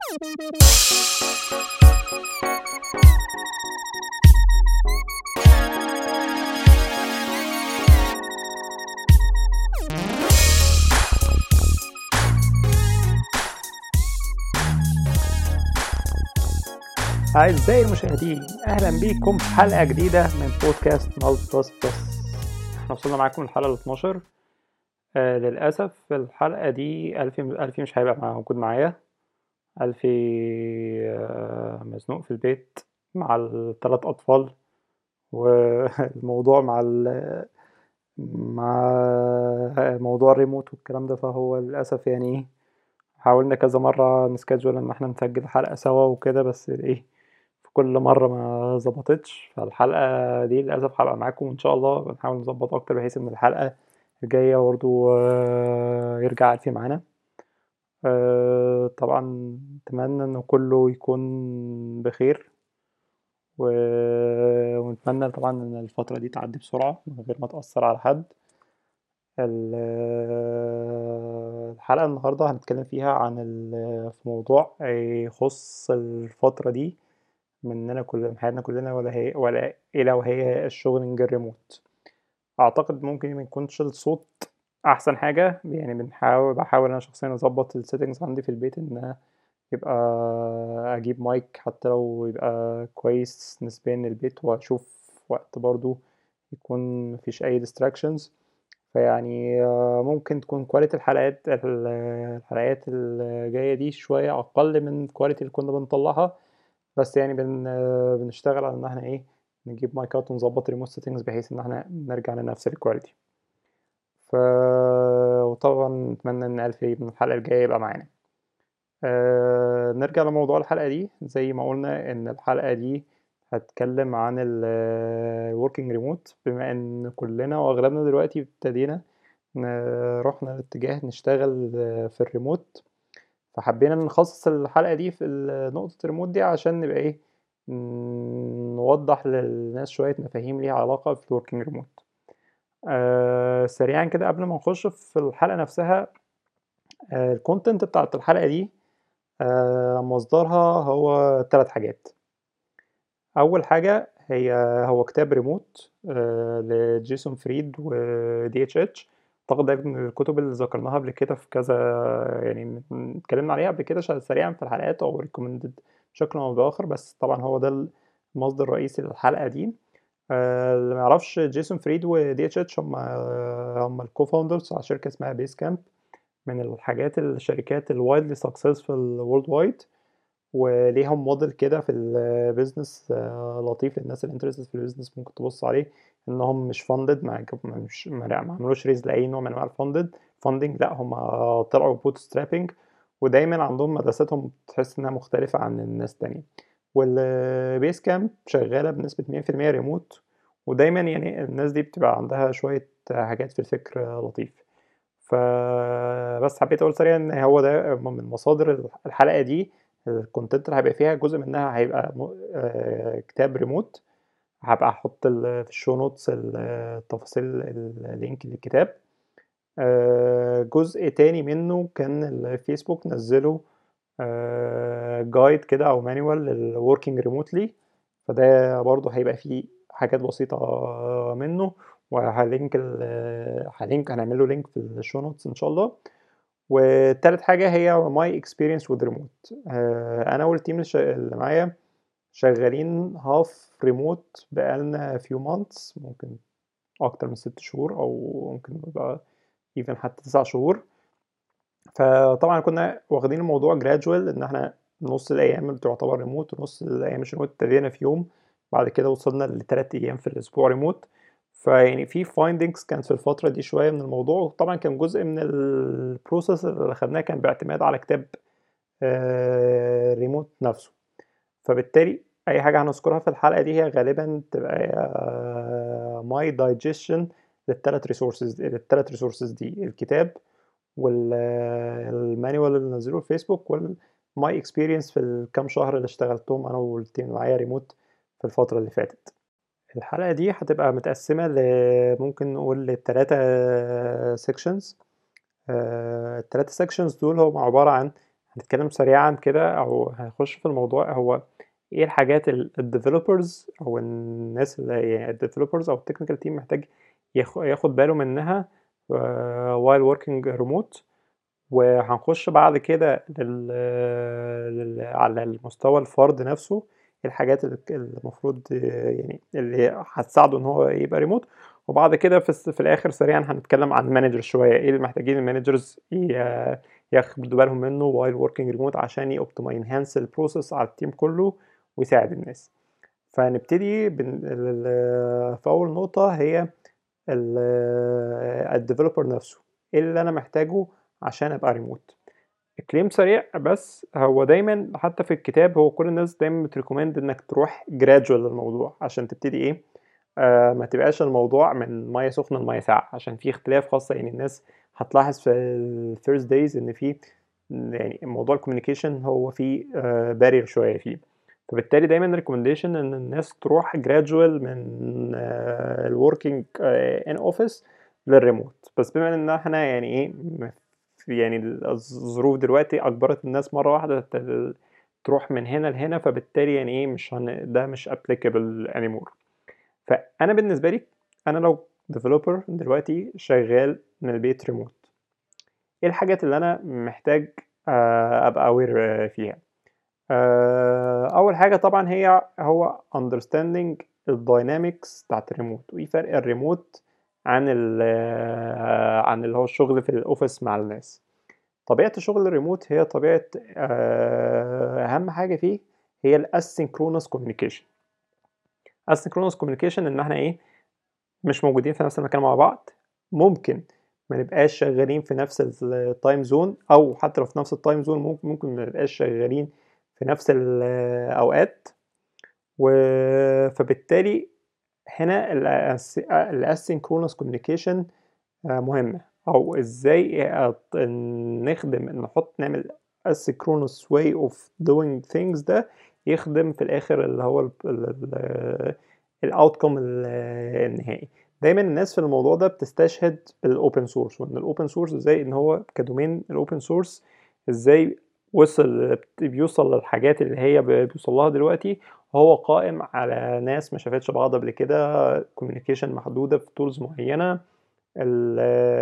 أعزائي المشاهدين، أهلا بيكم في حلقة جديدة من بودكاست مالت بلس بلس. احنا وصلنا معاكم الحلقة 12. للأسف الحلقة دي ألفي مش هيبقى موجود معايا. ألفي مزنوق في البيت مع ال3 أطفال، والموضوع مع موضوع الريموت والكلام ده، فهو للأسف يعني حاولنا كذا مرة نسكجول إن احنا نسجل حلقة سوا وكده، بس في كل مرة ما ظبطتش. فالحلقة دي للأسف هبقى معاكم إن شاء الله، بنحاول نظبط أكتر بحيث إن الحلقة الجاية برضو يرجع ألفي معانا. طبعا أتمنى إن كله يكون بخير، ونتمنى طبعا إن الفترة دي تعدي بسرعة من غير ما تأثر على حد. الحلقة النهاردة هنتكلم فيها عن في موضوع يخص الفترة دي مننا كلنا، من حياتنا كلنا، ولا إلا وهي الشغل الريموت. أعتقد ممكن ما يكونش الصوت أحسن حاجة، يعني بحاول أنا شخصيا أظبط السيتنجز عندي في البيت إن يبقى أجيب مايك حتى لو يبقى كويس نسبيا للبيت، وأشوف وقت برضو يكون مفيش أي distractions. فيعني ممكن تكون كواليتي الحلقات الجاية دي شوية أقل من الكواليتي اللي كنا بنطلعها، بس يعني بنشتغل على إن احنا نجيب مايكات ونظبط ريموت سيتنجز بحيث إن احنا نرجع لنفس الكواليتي. وطبعا نتمنى إن ألفي من الحلقة الجاية يبقى معانا. نرجع لموضوع الحلقة دي. زي ما قلنا إن الحلقة دي هتكلم عن الوركينج ريموت، بما إن كلنا وأغلبنا دلوقتي ابتدينا رحنا لاتجاه نشتغل في الريموت. فحبينا نخصص الحلقة دي في نقطة الريموت دي عشان نبقى نوضح للناس شوية مفاهيم ليها علاقة في الوركينج ريموت. سريعا كده قبل ما نخش في الحلقة نفسها، الكونتنت بتاعت الحلقة دي مصدرها هو 3 حاجات. أول حاجة هو كتاب ريموت لجيسون فريد ودي اتش اتش. أعتقد ده من الكتب اللي ذكرناها قبل كده في كذا، يعني اتكلمنا عليها قبل كده سريعا في الحلقات أو ريكومندد بشكل أو بآخر، بس طبعا هو ده المصدر الرئيسي للحلقة دي. اللي ما يعرفش جيسون فريد ودي اتش اتش هم الكو فاوندرز على شركة اسمها بيس كامب، من الشركات الوايدلي سكسسفul وورلد وايد، وليهم موديل كده في البيزنس لطيف للناس اللي انترستد في البيزنس ممكن تبص عليه. انهم مش فاندد، ما عملوش ريز لاي نوع من انواع فاندنج، لا هم طلعوا بوت سترابنج، ودايما عندهم مدرستهم تحس انها مختلفه عن الناس التانية. والبيس كامب شغاله بنسبه 100% ريموت، ودايما يعني الناس دي بتبقى عندها شويه حاجات في الفكر لطيف. فبس حبيت اقول سريعا ان هو ده من مصادر الحلقه دي. الكونتنت اللي هيبقى فيها جزء منها هيبقى كتاب ريموت، هبقى احط في الشو نوتس التفاصيل اللينك للكتاب. جزء تاني منه كان الفيسبوك نزله جايد كده او مانيوال للوركينج ريموتلي، فده برضو هيبقى فيه حاجات بسيطة منه، هنعمل له لينك في الشو نوتس ان شاء الله. والتالت حاجة هي my experience with remote. أنا والتيم اللي معايا شغالين هاف ريموت بقالنا few months، ممكن أكتر من 6 شهور أو ممكن يبقى even حتى 9 شهور. فطبعا كنا واخدين الموضوع gradual، إن احنا نص الأيام اللي تعتبر ريموت ونص الأيام مش ريموت. ابتدينا في يوم، بعد كده وصلنا ل3 أيام في الأسبوع ريموت. فيعني في findings كانت في الفترة دي شوية من الموضوع، وطبعا كان جزء من البروسيس اللي خدناه كان باعتماد على كتاب ريموت نفسه. فبالتالي أي حاجة هنذكرها في الحلقة دي هي غالبا تبقى my digestion للثلاث ريسورسز دي: الكتاب والمانيوال اللي نزلوه الفيسبوك والماي اكسبيرينس في الكام شهر اللي اشتغلتهم انا والتيم معايا ريموت في الفترة اللي فاتت. الحلقة دي هتبقى متقسمة ممكن نقول ل3 sections. ال3 sections دول هم عبارة عن هنتكلم سريعا كده او هنخش في الموضوع. هو ايه الحاجات الديفلوبرز او الناس اللي يعني الديفلوبرز او التكنيكال تيم محتاج ياخد باله منها while working remote. وهنخش بعد كده على المستوى الفرد نفسه، إيه الحاجات اللي المفروض يعني اللي هتساعده ان هو يبقى ريموت. وبعد كده في الاخر سريعا هنتكلم عن المانجر شويه، ايه اللي محتاجين المانجرز ياخدوا بالهم منه while working remote عشان ينهانس البروسيس على التيم كله ويساعد الناس. فنبتدي في اول نقطه هي الديفلوبر نفسه، ايه اللي انا محتاجه عشان ابقى ريموت. كليم سريع، بس هو دايما حتى في الكتاب هو كل الناس دايما بتريكومند انك تروح جرادوال للموضوع عشان تبتدي ايه، ما تبقاش الموضوع من ميه سخنه لميه ساقعه، عشان في اختلاف خاصه. يعني الناس هتلاحظ في الفيرست دايز ان في يعني موضوع الكوميونيكيشن هو في بارير شويه فيه. فبالتالي دايما الريكومنديشن ان الناس تروح جرادوال من الوركينج ان اوفيس للريموت. بس بما ان احنا يعني ايه يعني الظروف دلوقتي اجبرت الناس مره واحده تروح من هنا لهنا، فبالتالي يعني ايه ده مش applicable anymore. فانا بالنسبه لي، انا لو ديفلوبر دلوقتي شغال من البيت ريموت، ايه الحاجات اللي انا محتاج ابقى aware فيها؟ اول حاجه طبعا هو understanding الداينامكس بتاعت الريموت، وايه فرق الريموت عن عن اللي هو الشغل في الاوفيس مع الناس. طبيعه الشغل الريموت هي طبيعه اهم حاجه فيه هي الاسynchronous communication. asynchronous communication ان احنا ايه، مش موجودين في نفس المكان مع بعض، ممكن ما نبقاش شغالين في نفس التايم زون، او حتى لو في نفس التايم زون ممكن ما نبقاش شغالين في نفس الاوقات. فبالتالي هنا الاسynchronous communication مهمة، او ازاي نعمل asynchronous way of doing things ده يخدم في الاخر اللي هو الاوتكم النهائي. دايما الناس في الموضوع ده بتستشهد بالاوبن سورس، وان الاوبن سورس ازاي ان هو كدومين الاوبن سورس ازاي بيوصل للحاجات اللي هي بيوصل لها دلوقتي. هو قائم على ناس ما شافتش بعض قبل كده، كوميونيكيشن محدودة في تولز معينة، ال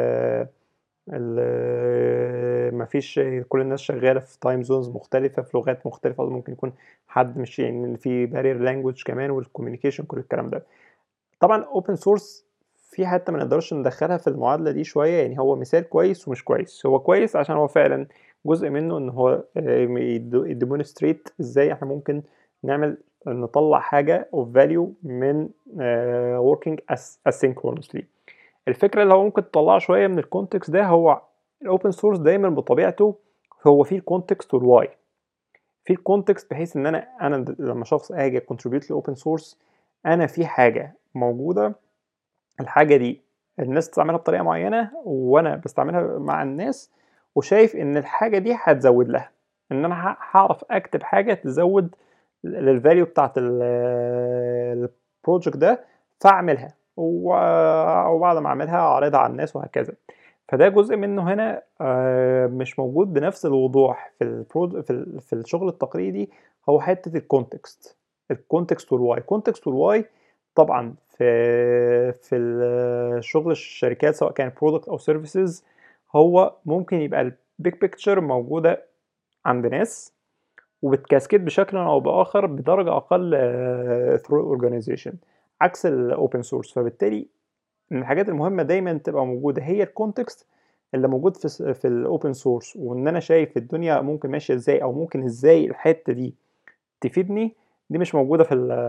مفيش كل الناس شغالة في تايم زونز مختلفة، في لغات مختلفة، ممكن يكون حد مش يعني في بارير لانجوج كمان، والكوميونيكيشن كل الكلام ده. طبعا اوبن سورس في حتة ما نقدرش ندخلها في المعادلة دي شوية، يعني هو مثال كويس ومش كويس. هو كويس عشان هو فعلا جزء منه ان هو يديمونستريت ازاي احنا ممكن نطلع حاجة of value من working asynchronously. الفكرة اللي هو ممكن تطلعها شوية من الكونتكست ده، هو الاوبن سورس دايما بطبيعته هو فيه الكونتكست والواي. في الكونتكست بحيث ان انا لما شخص اجي كونتريبيوت لاوبن سورس، انا في حاجة موجودة، الحاجة دي الناس بتستعملها بطريقة معينة وانا بستعملها مع الناس، وشايف ان الحاجة دي هتزود لها، ان انا هعرف اكتب حاجة تزود للفاليو بتاعت البروجكت ده، فاعملها وبعد ما اعملها اعرضها على الناس وهكذا. فده جزء منه هنا مش موجود بنفس الوضوح في الشغل التقليدي. هو حتة الكونتكست والواي. الكونتكست والواي طبعا في الشغل الشركات سواء كان برودكت او سيرفيسز، هو ممكن يبقى البيج بيكتشر موجودة عند ناس وبتكاسكيد بشكل او باخر بدرجه اقل through الاورجانيزيشن، عكس الاوبن سورس. فبالتالي من الحاجات المهمه دايما تبقى موجوده هي الكونتكست اللي موجود في الاوبن سورس، وان انا شايف الدنيا ممكن ماشيه ازاي، او ممكن ازاي الحته دي تفيدني. دي مش موجوده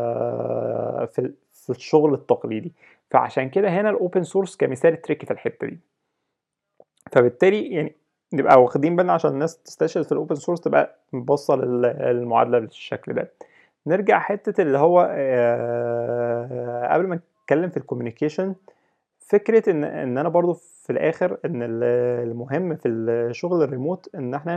في الشغل التقليدي. فعشان كده هنا الاوبن سورس كمثال تريكي في الحته دي. فبالتالي يعني نبقى واخدين بالنا عشان الناس تستشهد في الاوبن سورس تبقى مبصه للمعادله بالشكل ده. نرجع حته اللي هو قبل ما نتكلم في الكوميونيكيشن، فكره ان انا برضو في الاخر ان المهم في الشغل الريموت ان احنا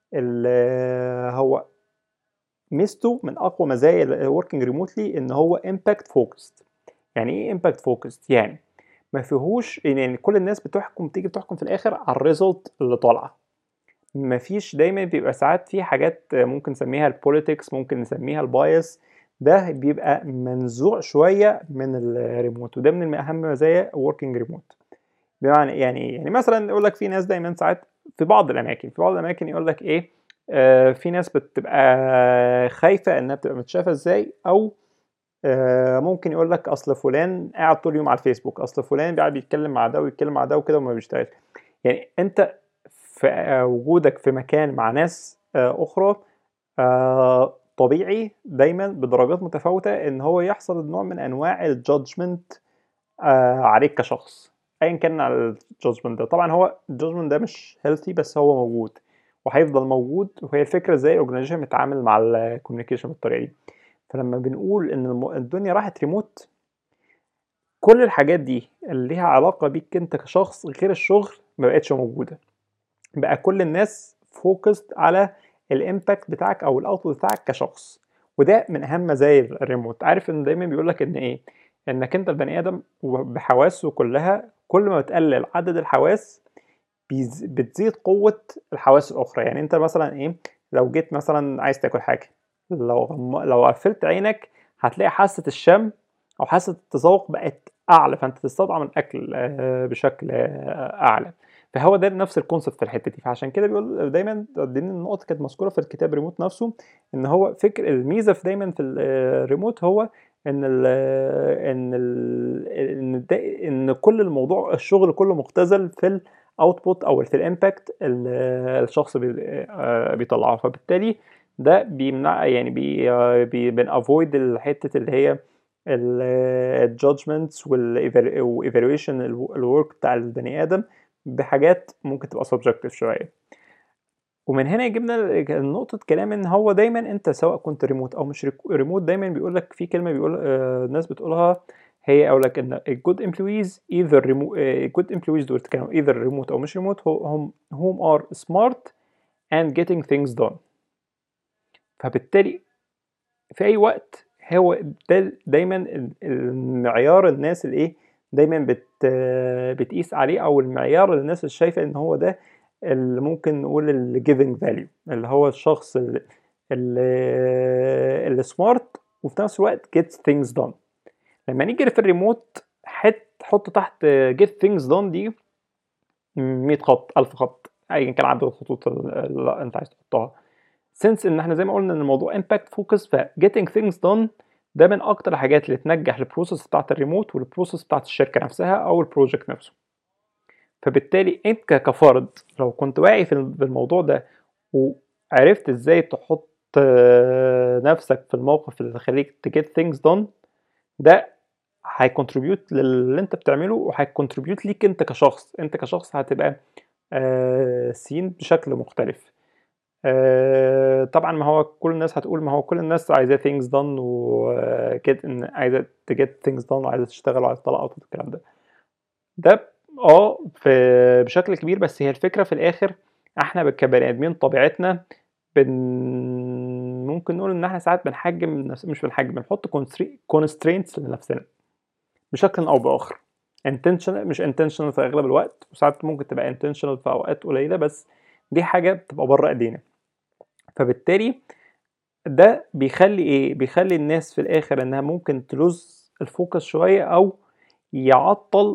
هو ميزته من اقوى مزايا الوركينج ريموتلي ان هو امباكت فوكست. يعني ايه امباكت فوكست؟ يعني ما فيهوش يعني كل الناس تيجي بتحكم في الاخر على الريزلت اللي طالعه، مفيش دايما بيبقى ساعات في حاجات ممكن نسميها البوليتكس، ممكن نسميها البايس، ده بيبقى منزوع شوية من الريموت، وده من أهم مزايا working remote. بمعنى يعني مثلا يقول لك في ناس دايما ساعات في بعض الأماكن يقول لك إيه، في ناس بتبقى خايفة إنها بتبقى متشافة إزاي، أو ممكن يقول لك أصل فلان قاعد طول اليوم على الفيسبوك، أصل فلان قاعد بيتكلم مع ده ويتكلم مع ده وكده وما بيشتغلش. يعني أنت في وجودك في مكان مع ناس أخرى طبيعي دايما بدرجات متفاوتة إن هو يحصل نوع من أنواع الجادجمنت عليك كشخص، أيا كان على الجادجمنت ده. طبعا هو الجادجمنت ده مش هيلثي، بس هو موجود وهيفضل موجود، وهي الفكرة ازاي الاورجنايزيشن بتتعامل مع الكوميونيكيشن بالطريقة دي. فلما بنقول ان الدنيا راحت ريموت، كل الحاجات دي اللي ليها علاقة بيك انت كشخص غير الشغل ما بقتش موجودة. بقى كل الناس فوكست على الامباكت بتاعك او الاوتبوت بتاعك كشخص، وده من اهم مزايا الريموت. عارف ان دايما بيقول لك ان ايه، انك انت البني ادم بحواسه كلها، كل ما بتقلل عدد الحواس بتزيد قوة الحواس الأخرى. يعني أنت مثلا إيه، لو جيت مثلا عايز تاكل حاجة، لو قفلت عينك هتلاقي حاسة الشم أو حاسة التذوق بقت أعلى، فأنت تستطعم الأكل بشكل أعلى. فهو ده نفس الكونسيبت في الحتة دي. فعشان كده بيقول دايما دي النقطة كانت مذكورة في الكتاب ريموت نفسه، إن هو فكر الميزة في دايما في الريموت هو ان ال ان ال ان ان كل الموضوع الشغل كله مختزل في الاوتبوت او في الامباكت الشخص بيطلعه. فبالتالي ده بيمنع يعني بنافويد الحته اللي هي الجادجمنتس والايفالويشن الورك بتاع البني ادم بحاجات ممكن تبقى سبجكتيف شويه. ومن هنا جبنا نقطة كلام ان هو دايما انت سواء كنت ريموت او مش ريموت، دايما بيقول لك في كلمة بيقول الناس بتقولها، هي اقول لك ان good employees either remote good employees دول كانوا either remote او مش remote هم whom are smart and getting things done. فبالتالي في اي وقت هو ده دايما المعيار الناس اللي ايه دايما بتقيس عليه، او المعيار اللي الناس اللي شايفه ان هو ده اللي ممكن نقول الجيفنج فاليو، اللي هو الشخص اللي سمارت وفي نفس الوقت gets things done. لما نيجي في الريموت حط تحت get things done دي 100 خط 1000 خط ايا كان عدد الخطوط اللي انت عايز تحطها، سنس ان احنا زي ما قلنا ان الموضوع امباكت فوكس، ف getting things done ده من اكتر الحاجات اللي تنجح البروسيس بتاعت الريموت والبروسيس بتاعت الشركه نفسها او البروجكت نفسه. فبالتالي انت كفرد لو كنت واعي في الموضوع ده وعرفت ازاي تحط نفسك في الموقف اللي يخليك to get things done، ده هيكونتريبيوت للي انت بتعمله وهيكونتريبيوت ليك انت كشخص. انت كشخص هتبقى سين بشكل مختلف. طبعا ما هو كل الناس هتقول ما هو كل الناس عايزة things done وكده، ان عايزة to get things done وعايزة تشتغل وعايزة تطلع اوت الكلام ده بشكل كبير. بس هي الفكرة في الاخر احنا كبني ادمين طبيعتنا بن ممكن نقول ان احنا ساعات بنحجم مش بنحجم، بنحط constraints لنفسنا بشكل او باخر، intentional مش intentional في اغلب الوقت، وساعات ممكن تبقى intentional في اوقات قليلة، بس دي حاجة بتبقى بره ايدينا. فبالتالي ده بيخلي ايه، بيخلي الناس في الاخر انها ممكن تلوز الفوكس شوية او يعطل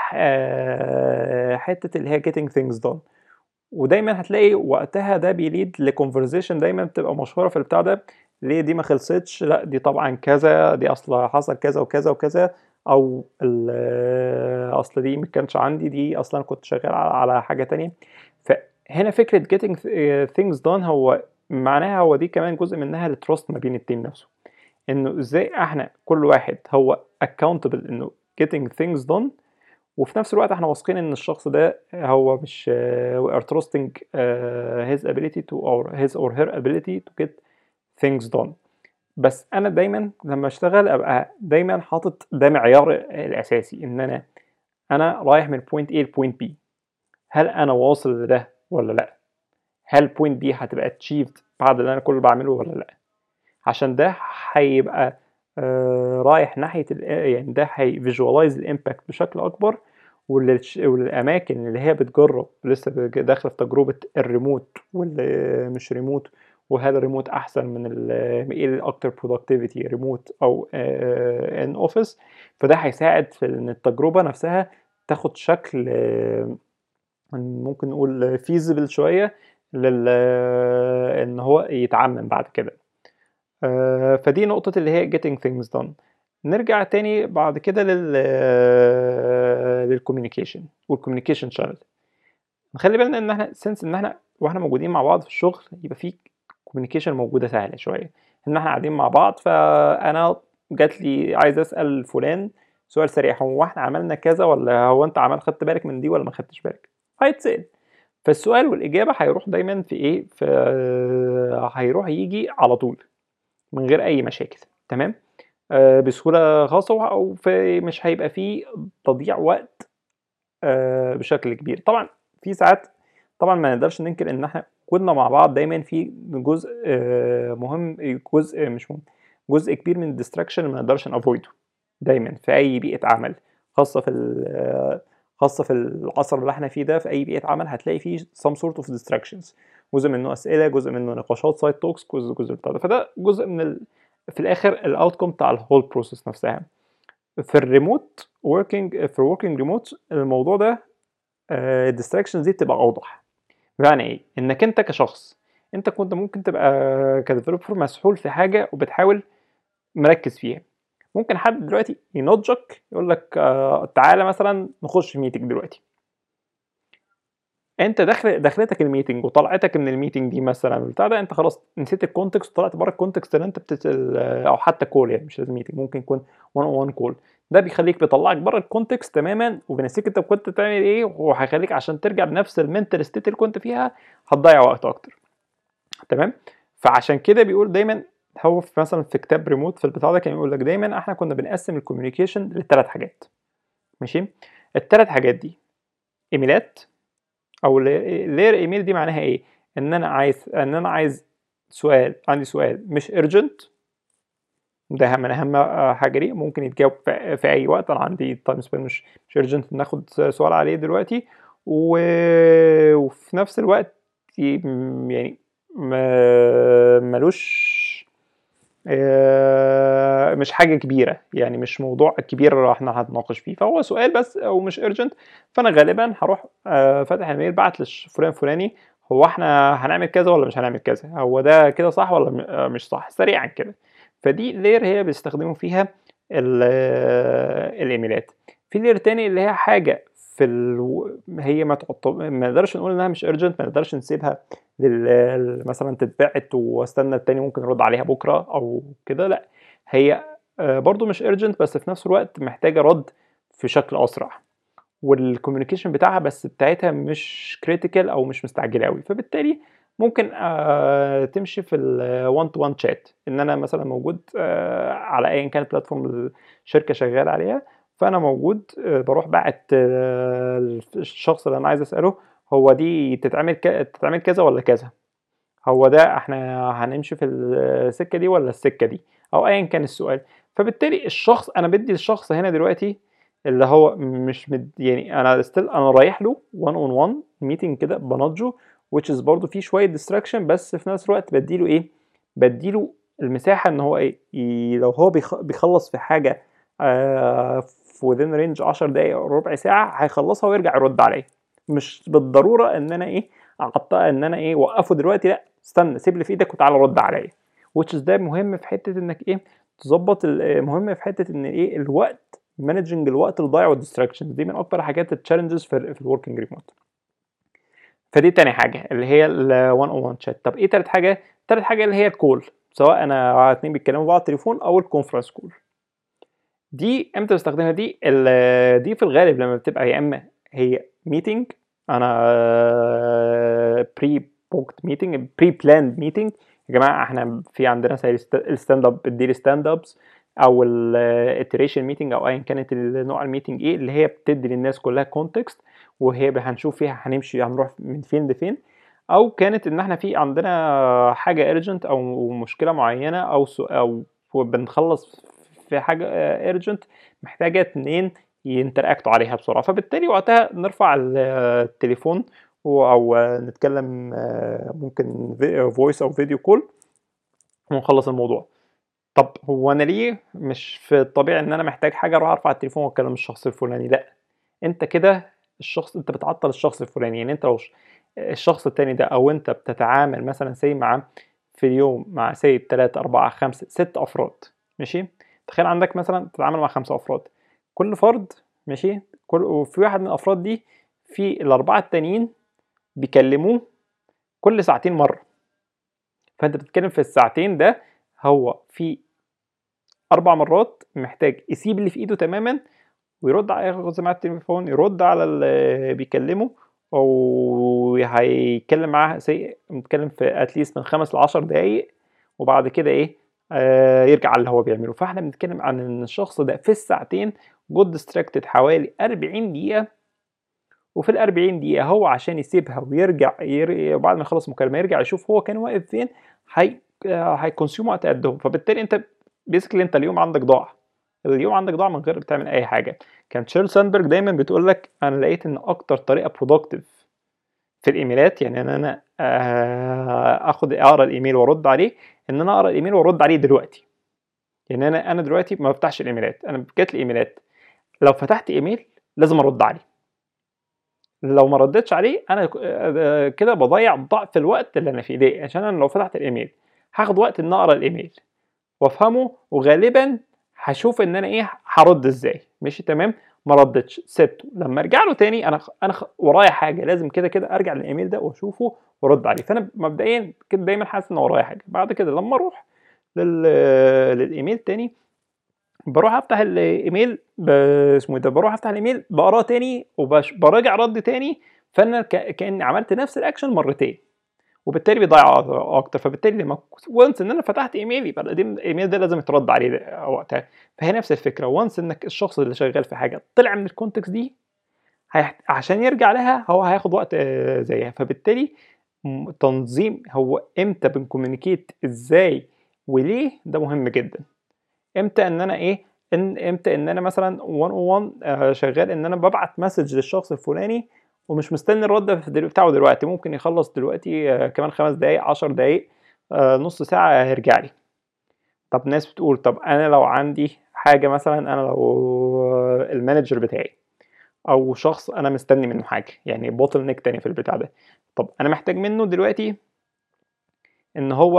حتة اللي هي getting things done. ودايما هتلاقي وقتها ده بيليد لكونفرزيشن دايما بتبقى مشهورة في البتاع ده، ليه دي ما خلصتش، لا دي طبعا كذا، دي اصلا حصل كذا وكذا وكذا، او اصل دي ما كانش عندي، دي اصلا كنت شغال على حاجة تانية. فهنا فكرة getting things done هو معناها هو دي كمان جزء منها التراست ما بين التيم نفسه، انه ازاي احنا كل واحد هو accountable انه getting things done، وفي نفس الوقت احنا واثقين ان الشخص ده هو مش we are trusting his ability to or his or her ability to get things done. بس انا دايما لما اشتغل ابقى دايما حاطط ده معيار الاساسي، ان انا رايح من point A لpoint B، هل انا واصل لده ولا لا، هل point B هتبقى achieved بعد اللي انا كل بعمله ولا لا، عشان ده هيبقى رايح ناحية يعني ده هي visualize الامباكت بشكل اكبر، والاماكن اللي هي بتجرب لسه داخله في تجربه الريموت واللي مش ريموت، وهل الريموت احسن من ايه الاكتر برودكتيفيتي، ريموت او ان اوفيس. فده هيساعد في ان التجربه نفسها تاخد شكل ممكن نقول feasible شويه ان هو يتعمم بعد كده. فدي نقطة اللي هي getting things done. نرجع تاني بعد كده للcommunication والcommunication channel. نخلي بالنا ان احنا ان احنا واحنا موجودين مع بعض في الشغل يبقى في communication موجودة سهلة شوية، ان احنا قاعدين مع بعض فانا جات لي عايز اسأل فلان سؤال سريع، هو احنا عملنا كذا ولا هو انت خدت بالك من دي ولا ما خدتش بالك، هيتسأل. فالسؤال والإجابة هيروح دايما في ايه، في هيروح يجي على طول من غير اي مشاكل، تمام. بسهوله خاصه، او في مش هيبقى فيه تضييع وقت بشكل كبير. طبعا في ساعات طبعا ما نقدرش ننكر ان احنا كنا مع بعض دايما في جزء مهم، جزء مش مهم، جزء كبير من الديستراكشن ما نقدرش نافويده دايما في اي بيئه عمل، خاصه في خاصه في العصر اللي احنا فيه ده. في اي بيئه عمل هتلاقي فيه some sort of distractions، جزء منه اسئله، جزء منه نقاشات، سايد توكس، جزء بتاع ده. فده جزء من في الاخر الاوتكم بتاع الهول بروسيس نفسها. في الريموت وركينج، في الوركينج ريموت الموضوع ده الديستراكشنز دي بتبقى اوضح. بمعنى ايه؟ انك انت كشخص انت كنت ممكن تبقى كديفلوبر مسحول في حاجه وبتحاول مركز فيها، ممكن حد دلوقتي ينضجك يقول لك تعالى مثلا نخش ميتنج دلوقتي. انت دخلتك الميتنج وطلعتك من الميتنج دي مثلا بتاع ده، انت خلاص نسيت الكونتكست وطلعت بره الكونتكست اللي انت او حتى كول، يعني مش لازم ميتنج، ممكن يكون 1 on 1 كول. ده بيطلعك بره الكونتكست تماما وبينسيك انت كنت بتعمل ايه، وهيخليك عشان ترجع بنفس المنتال ستيت اللي كنت فيها هتضيع وقت اكتر، تمام. فعشان كده بيقول دايما، هو في مثلا في كتاب ريموت في البتاع ده كان يقول لك دايما احنا كنا بنقسم الكوميونيكيشن لثلاث حاجات، ماشي. الثلاث حاجات دي ايميلات، او لير ايميل دي معناها ايه، ان انا عايز سؤال، عندي سؤال مش ارجنت، ده من اهم حاجه ليه، ممكن يتجاوب في اي وقت، انا عندي تايم سبين مش ارجنت ناخد سؤال عليه دلوقتي. وفي نفس الوقت يعني ملوش مش حاجه كبيره، يعني مش موضوع كبير احنا هنتناقش فيه، فهو سؤال بس او مش ارجنت. فانا غالبا هروح فاتح الميل بعت لفلان فلاني، هو احنا هنعمل كذا ولا مش هنعمل كذا، هو ده كده صح ولا مش صح، سريعا كده. فدي لير هي بيستخدموا فيها الايميلات. في لير تاني اللي هي حاجه في هي ما نقدرش نقول انها مش ارجنت، ما نقدرش نسيبها مثلا تتبعت واستنى التاني ممكن يرد عليها بكره او كده، لا هي برضو مش urgent بس في نفس الوقت محتاجه رد في شكل اسرع، والكوميونيكيشن بتاعها بس بتاعتها مش كريتيكال او مش مستعجله قوي. فبالتالي ممكن تمشي في الوان تو وان شات، ان انا مثلا موجود على ايا كان بلاتفورم الشركه شغاله عليها، فانا موجود بروح باعت الشخص اللي انا عايز اساله، هو دي تتعمل كذا ولا كذا، هو ده احنا هنمشي في السكه دي ولا السكه دي، او ايا كان السؤال. فبالتالي الشخص انا بدي الشخص هنا دلوقتي اللي هو مش يعني انا رايح له 1 on 1 ميتنج كده بنضجه، which is برضه فيه شويه distraction، بس في نفس الوقت بديله ايه، بديله المساحه ان هو ايه لو هو بيخلص في حاجه في within range 10 دقايق او ربع ساعه هيخلصها ويرجع يرد عليا، مش بالضروره ان انا ايه اعطاه ان انا ايه وقفه دلوقتي، لا استنى سيب اللي في ايدك وتعالى رد عليا. which is ده مهم في حته انك ايه تظبط مهم في حته ان ايه الوقت، مانجنج الوقت الضايع والديستراكشن دي من اكتر حاجات التشالنجز في الوركينج ريموت. فدي تاني حاجه اللي هي ال 1 on 1 شات. طب ايه تالت حاجه؟ تالت حاجه اللي هي الكول، سواء انا اتنين بيتكلموا بعض تليفون او الكونفرنس كول. دي امتى بستخدمها؟ دي في الغالب لما بتبقى يا اما هي ميتنج، انا بري بوكت ميتنج، بري بلاند ميتنج، يا جماعه احنا في عندنا زي الستاند اب، الديلي ستاند ابس او الاتريشن ميتنج او ايا كانت النوع الميتنج ايه اللي هي بتدي للناس كلها كونتكست، وهي هنشوف فيها هنمشي هنروح من فين لفين. او كانت ان احنا في عندنا حاجه ارجنت او مشكله معينه او بنخلص في حاجه ارجنت محتاجه اتنين ينتراكتوا عليها بسرعه. فبالتالي وقتها نرفع التليفون او نتكلم ممكن فويس او فيديو كول ونخلص الموضوع. طب هو انا ليه مش في الطبيعي ان انا محتاج حاجه اروح ارفع التليفون واكلم الشخص الفلاني؟ لا، انت كده انت بتعطل الشخص الفلاني. يعني انت لو الشخص التاني ده او انت بتتعامل مثلا مع في اليوم مع 3 4 5 6 افراد، ماشي؟ تخيل عندك مثلا تتعامل مع 5 افراد، كل فرد ماشي، وفي واحد من الافراد دي في الاربعه التانيين بيكلموه كل ساعتين مره. فانت بتتكلم في الساعتين ده هو في 4 مرات محتاج يسيب اللي في ايده تماما ويرد على ياخد معاه التليفون، يرد على اللي بيكلمه، او هيتكلم معاه نتكلم في اتليست من 5 ل 10 دقايق، وبعد كده ايه يرجع على اللي هو بيعمله. فاحنا بنتكلم عن ان الشخص ده في الساعتين جود ديستراكتد حوالي 40 دقيقة، وفي ال 40 دقيقة هو عشان يسيبها ويرجع بعد ما يخلص مكالمة يرجع يشوف هو كان واقف فين، هيكونسيوم وقت قدهم. فبالتالي انت بيسكلي انت اليوم عندك ضاع، اليوم عندك ضاع من غير بتعمل اي حاجه. كان شيرل ساندبرج دايما بتقول لك انا لقيت ان اكتر طريقه برودكتيف في الايميلات، يعني ان انا اقرا الايميل وارد عليه، ان انا اقرا الايميل وارد عليه دلوقتي. يعني انا دلوقتي ما بفتحش الايميلات، انا جات لي ايميلات، لو فتحت ايميل لازم ارد عليه، لو ما ردتش عليه انا كده بضيع ضعف الوقت اللي انا فيه. ليه؟ عشان انا لو فتحت الايميل هاخد وقت ان اقرا الايميل وافهمه، وغالبا هشوف ان انا ايه هرد ازاي. ماشي تمام، ما ردتش سبته، لما ارجع له تاني انا ورايا حاجه لازم كده كده ارجع للايميل ده واشوفه وارد عليه. فانا مبدئيا كده دايما حاسس ان ورايا حاجه. بعد كده لما اروح للايميل تاني بروح افتح الايميل اسمه ده، بروح افتح الايميل بقراه تاني وبراجع رد تاني، فانا كاني عملت نفس الاكشن مرتين، وبالتالي بيضيع اكتر. فبالتالي لما وانس ان انا فتحت ايميل يبقى الايميل ده لازم يترد عليه وقتها. فهي نفس الفكره، وانس انك الشخص اللي شغال في حاجه طلع من الكونتكست دي عشان يرجع لها هو هياخد وقت زيها. فبالتالي تنظيم هو امتى بنكوميونيكيت ازاي وليه ده مهم جدا. امتى ان انا ايه امتى ان انا مثلا 101 شغال ان انا ببعت مسج للشخص الفلاني ومش مستني الرد بتاعه دلوقتي، ممكن يخلص دلوقتي كمان 5 دقايق 10 دقايق نص ساعة هيرجع لي. طب ناس بتقول طب انا لو عندي حاجة مثلا، انا لو المانجر بتاعي او شخص انا مستني منه حاجة، يعني بوتل نيك تاني في البتاع ده، طب انا محتاج منه دلوقتي ان هو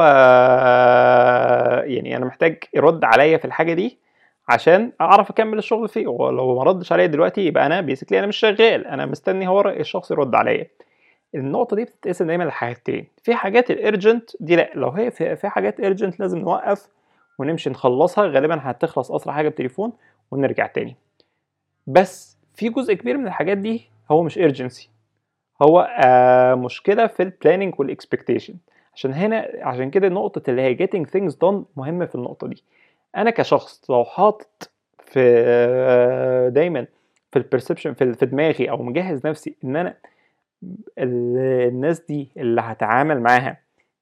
يعني انا محتاج يرد عليا في الحاجه دي عشان اعرف اكمل الشغل فيه، ولو ما ردش عليا دلوقتي يبقى انا بيسكلي انا مش شغال، انا مستني هو الشخص يرد عليا. النقطه دي بتتقسم دايما لحاجتين، في حاجات الارجنت دي لا، لو هي في حاجات ارجنت لازم نوقف ونمشي نخلصها، غالبا هتخلص اسرع حاجه بتليفون ونرجع تاني. بس في جزء كبير من الحاجات دي هو مش urgency، هو مشكلة في البلاننج والاكسبكتيشن. عشان كده نقطة اللي هي getting things done مهمة في النقطة دي. أنا كشخص لو حاطط في دايما في البرسبشن في دماغي أو مجهز نفسي إن أنا الناس دي اللي هتعامل معاها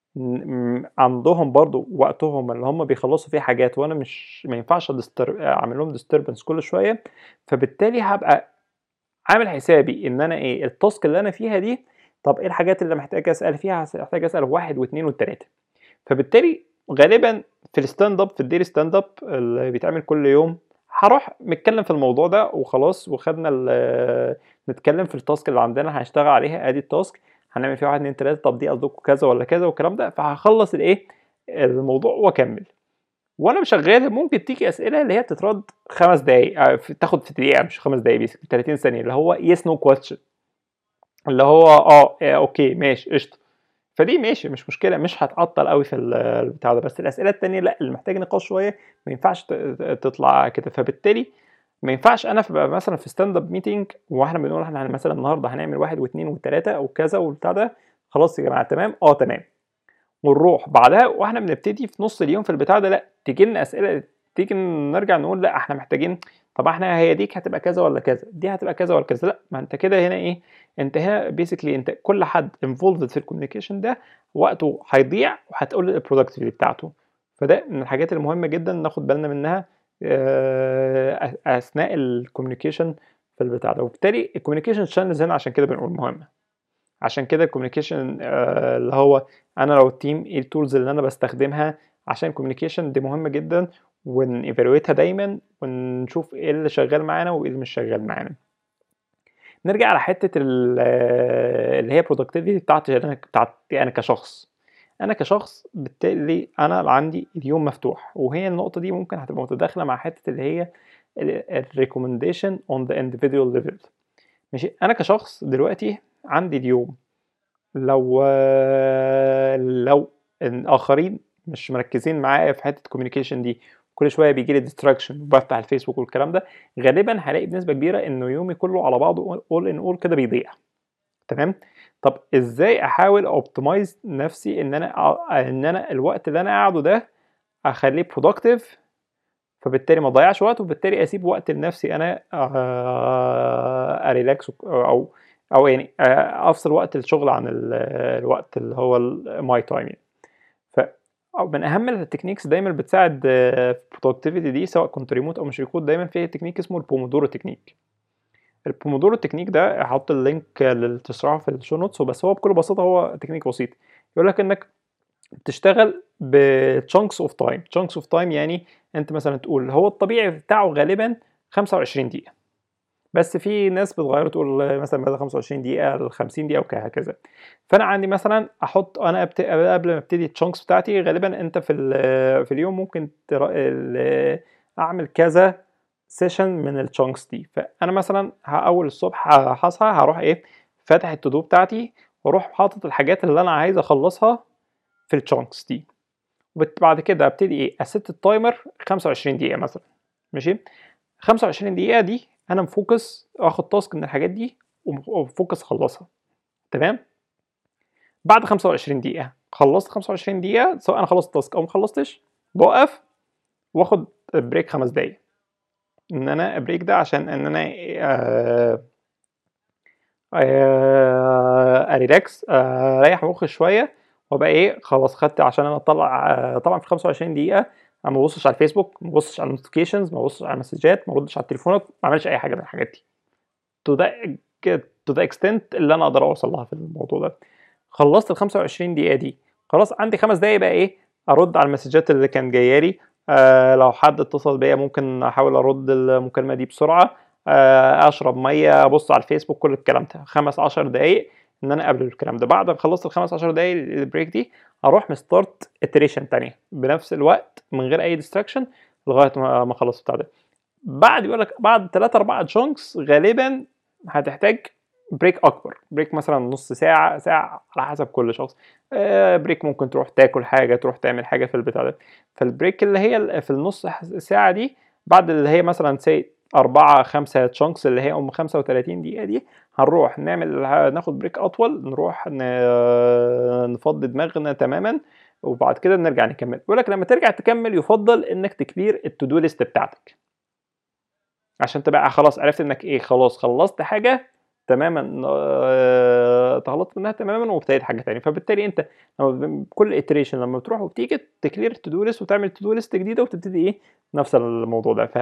عندهم برضو وقتهم اللي هم بيخلصوا فيه حاجات، وأنا مش ما ينفعش أعمل لهم disturbance كل شوية، فبالتالي هبقى عامل حسابي ان انا ايه التاسك اللي انا فيها دي، طب ايه الحاجات اللي محتاج اسال فيها، محتاج اسال 1 و2 و3. فبالتالي غالبا في الستاند اب، في الديلي ستاند اب اللي بيتعمل كل يوم، هروح نتكلم في الموضوع ده وخلاص، وخدنا نتكلم في التاسك اللي عندنا هنشتغل عليها، ادي التاسك هنعمل فيها 1 2 3، طب دي قصدكم كذا ولا كذا والكلام ده، فهخلص الايه الموضوع واكمل. وانا شغال ممكن تيجي اسئله اللي هي بتترد 5 دقايق، تاخد في دقيقه مش 5 دقايق، بس 30 ثانيه، اللي هو يس نو كويستشن، اللي هو اوكي ماشي قشطه. فدي ماشي مش مشكله، مش هتعطل قوي في البتاع ده. بس الاسئله التانية لا، اللي محتاج نقاش شويه ما ينفعش تطلع كده. فبالتالي ما ينفعش انا بقى مثلا في ستاند اب ميتنج واحنا بنقول احنا مثلا النهارده هنعمل 1 و2 و3 وكذا والبتاع ده، خلاص يا جماعه تمام تمام، ونروح بعدها واحنا بنبتدي في نص اليوم في البتاع ده لا تيجي لنا اسئله، تيجي نرجع نقول لا احنا محتاجين، طب احنا هي ديك هتبقى كذا ولا كذا، دي هتبقى كذا ولا كذا. لا، ما انت كده هنا ايه، انت هنا بيسكلي انت كل حد انفولفد في الكوميونيكيشن ده وقته هيضيع وهتقول البرودكتيفيتي بتاعته. فده من الحاجات المهمه جدا ناخد بالنا منها اثناء الكوميونيكيشن في البتاع ده. وبالتالي الكوميونيكيشن شانلز هنا عشان كده بنقول مهمه. عشان كده الكوميونيكيشن اللي هو انا لو التيم ايه التولز اللي انا بستخدمها عشان الكوميونيكيشن دي مهمه جدا، ونيفالويتها دايما ونشوف ايه اللي شغال معانا وايه اللي مش شغال معانا. نرجع على حته اللي هي productivity بتاعتي انا كشخص. انا كشخص بالتالي انا عندي اليوم مفتوح، وهي النقطه دي ممكن هتبقى متداخله مع حته اللي هي recommendation on the individual level. ماشي، انا كشخص دلوقتي عندي اليوم، لو الاخرين مش مركزين معايا في حته الكوميونيكيشن دي، كل شويه بيجي لي ديستراكشن وبفتح الفيسبوك والكلام ده، غالبا هلاقي بنسبه كبيره انه يومي كله على بعضه اول ان اول كده بيضيع. تمام. طب ازاي احاول اوبتمايز نفسي ان انا الوقت اللي انا قاعده ده اخليه برودكتيف، فبالتالي ما اضيعش وقت، وبالتالي اسيب وقت لنفسي انا اريلاكس او يعني افصل وقت الشغل عن الوقت اللي هو ماي تايم يعني. ف من اهم التكنيكس دايما بتساعد في البرودكتيفيتي دي، سواء كنت ريموت او مش ريموت، دايما في تكنيك اسمه البومودورو تكنيك. البومودورو تكنيك ده هحط اللينك للتشريح في الشو نوتس، بس هو بكل بساطه هو تكنيك بسيط. يقول لك انك بتشتغل بchunks of time. chunks of time يعني انت مثلا تقول هو الطبيعي بتاعه غالبا 25 دقيقة، بس في ناس بتغير تقول مثلا بدل 25 دقيقة ل 50 دقيقة وهكذا. فأنا عندي مثلا أحط أنا قبل ما ابتدي الchunks بتاعتي، غالبا أنت في اليوم ممكن أعمل كذا سيشن من الchunks دي. فأنا مثلا أول الصبح هصحى هروح فاتح التودو بتاعتي، واروح حاطط الحاجات اللي أنا عايز أخلصها في الchunks دي. وبعد كده ابتدي اسيت التايمر 25 دقيقة مثلا. ماشي، 25 دقيقة دي انا مفوكس اخد تاسك من الحاجات دي ومفوكس اخلصها. تمام. بعد 25 دقيقة خلصت 25 دقيقة، سواء انا خلصت تاسك او مخلصتش، بوقف واخد بريك 5 دقايق. ان انا بريك ده عشان ان انا اريلاكس، اريح مخي شوية، وابقى خلاص خدت، عشان انا اطلع طبعا في 25 دقيقة انا ما ببصش على الفيسبوك، ما ببصش على النوتيفيكيشنز، ما ببصش على المسجات، ما بردش على التليفونات، ما بعملش اي حاجة من الحاجات دي. تو ذا اكستنت اللي انا اقدر اوصل لها في الموضوع ده. خلصت ال 25 دقيقة دي، خلاص عندي 5 دقايق بقى ارد على المسجات اللي كانت جايه لي. لو حد اتصل بيا ممكن احاول ارد المكالمة دي بسرعة، اشرب ميه، ابص على الفيسبوك، كل الكلام ده 15 دقايق ان انا قبل الكلام ده. بعد ما خلصت ال 15 دقايق البريك دي، هروح مستارت اتريشن تانية بنفس الوقت من غير اي ديستراكشن لغايه ما اخلص بتاع ده. بيقول لك بعد 3 4 جونكس غالبا هتحتاج بريك اكبر، بريك مثلا نص ساعه ساعه على حسب كل شخص. بريك ممكن تروح تاكل حاجه، تروح تعمل حاجه في البتاع ده. فالبريك اللي هي في النص ساعه دي، بعد اللي هي مثلا سي 4 5 تشانكس اللي هي 35 دقيقه دي، هنروح ناخد بريك اطول، نروح نفضي دماغنا تماما، وبعد كده نرجع نكمل. بيقول لك لما ترجع تكمل يفضل انك تكلير التو دو ليست بتاعتك، عشان تبقى خلاص عرفت انك خلاص خلصت حاجه تماما، تخلصت منها تماما وابتديت حاجه تانية. فبالتالي انت كل iteration لما بتروح وبتيجي تكلير التو دو ليست وتعمل تو دو ليست جديده وتبتدي نفس الموضوع ده. ف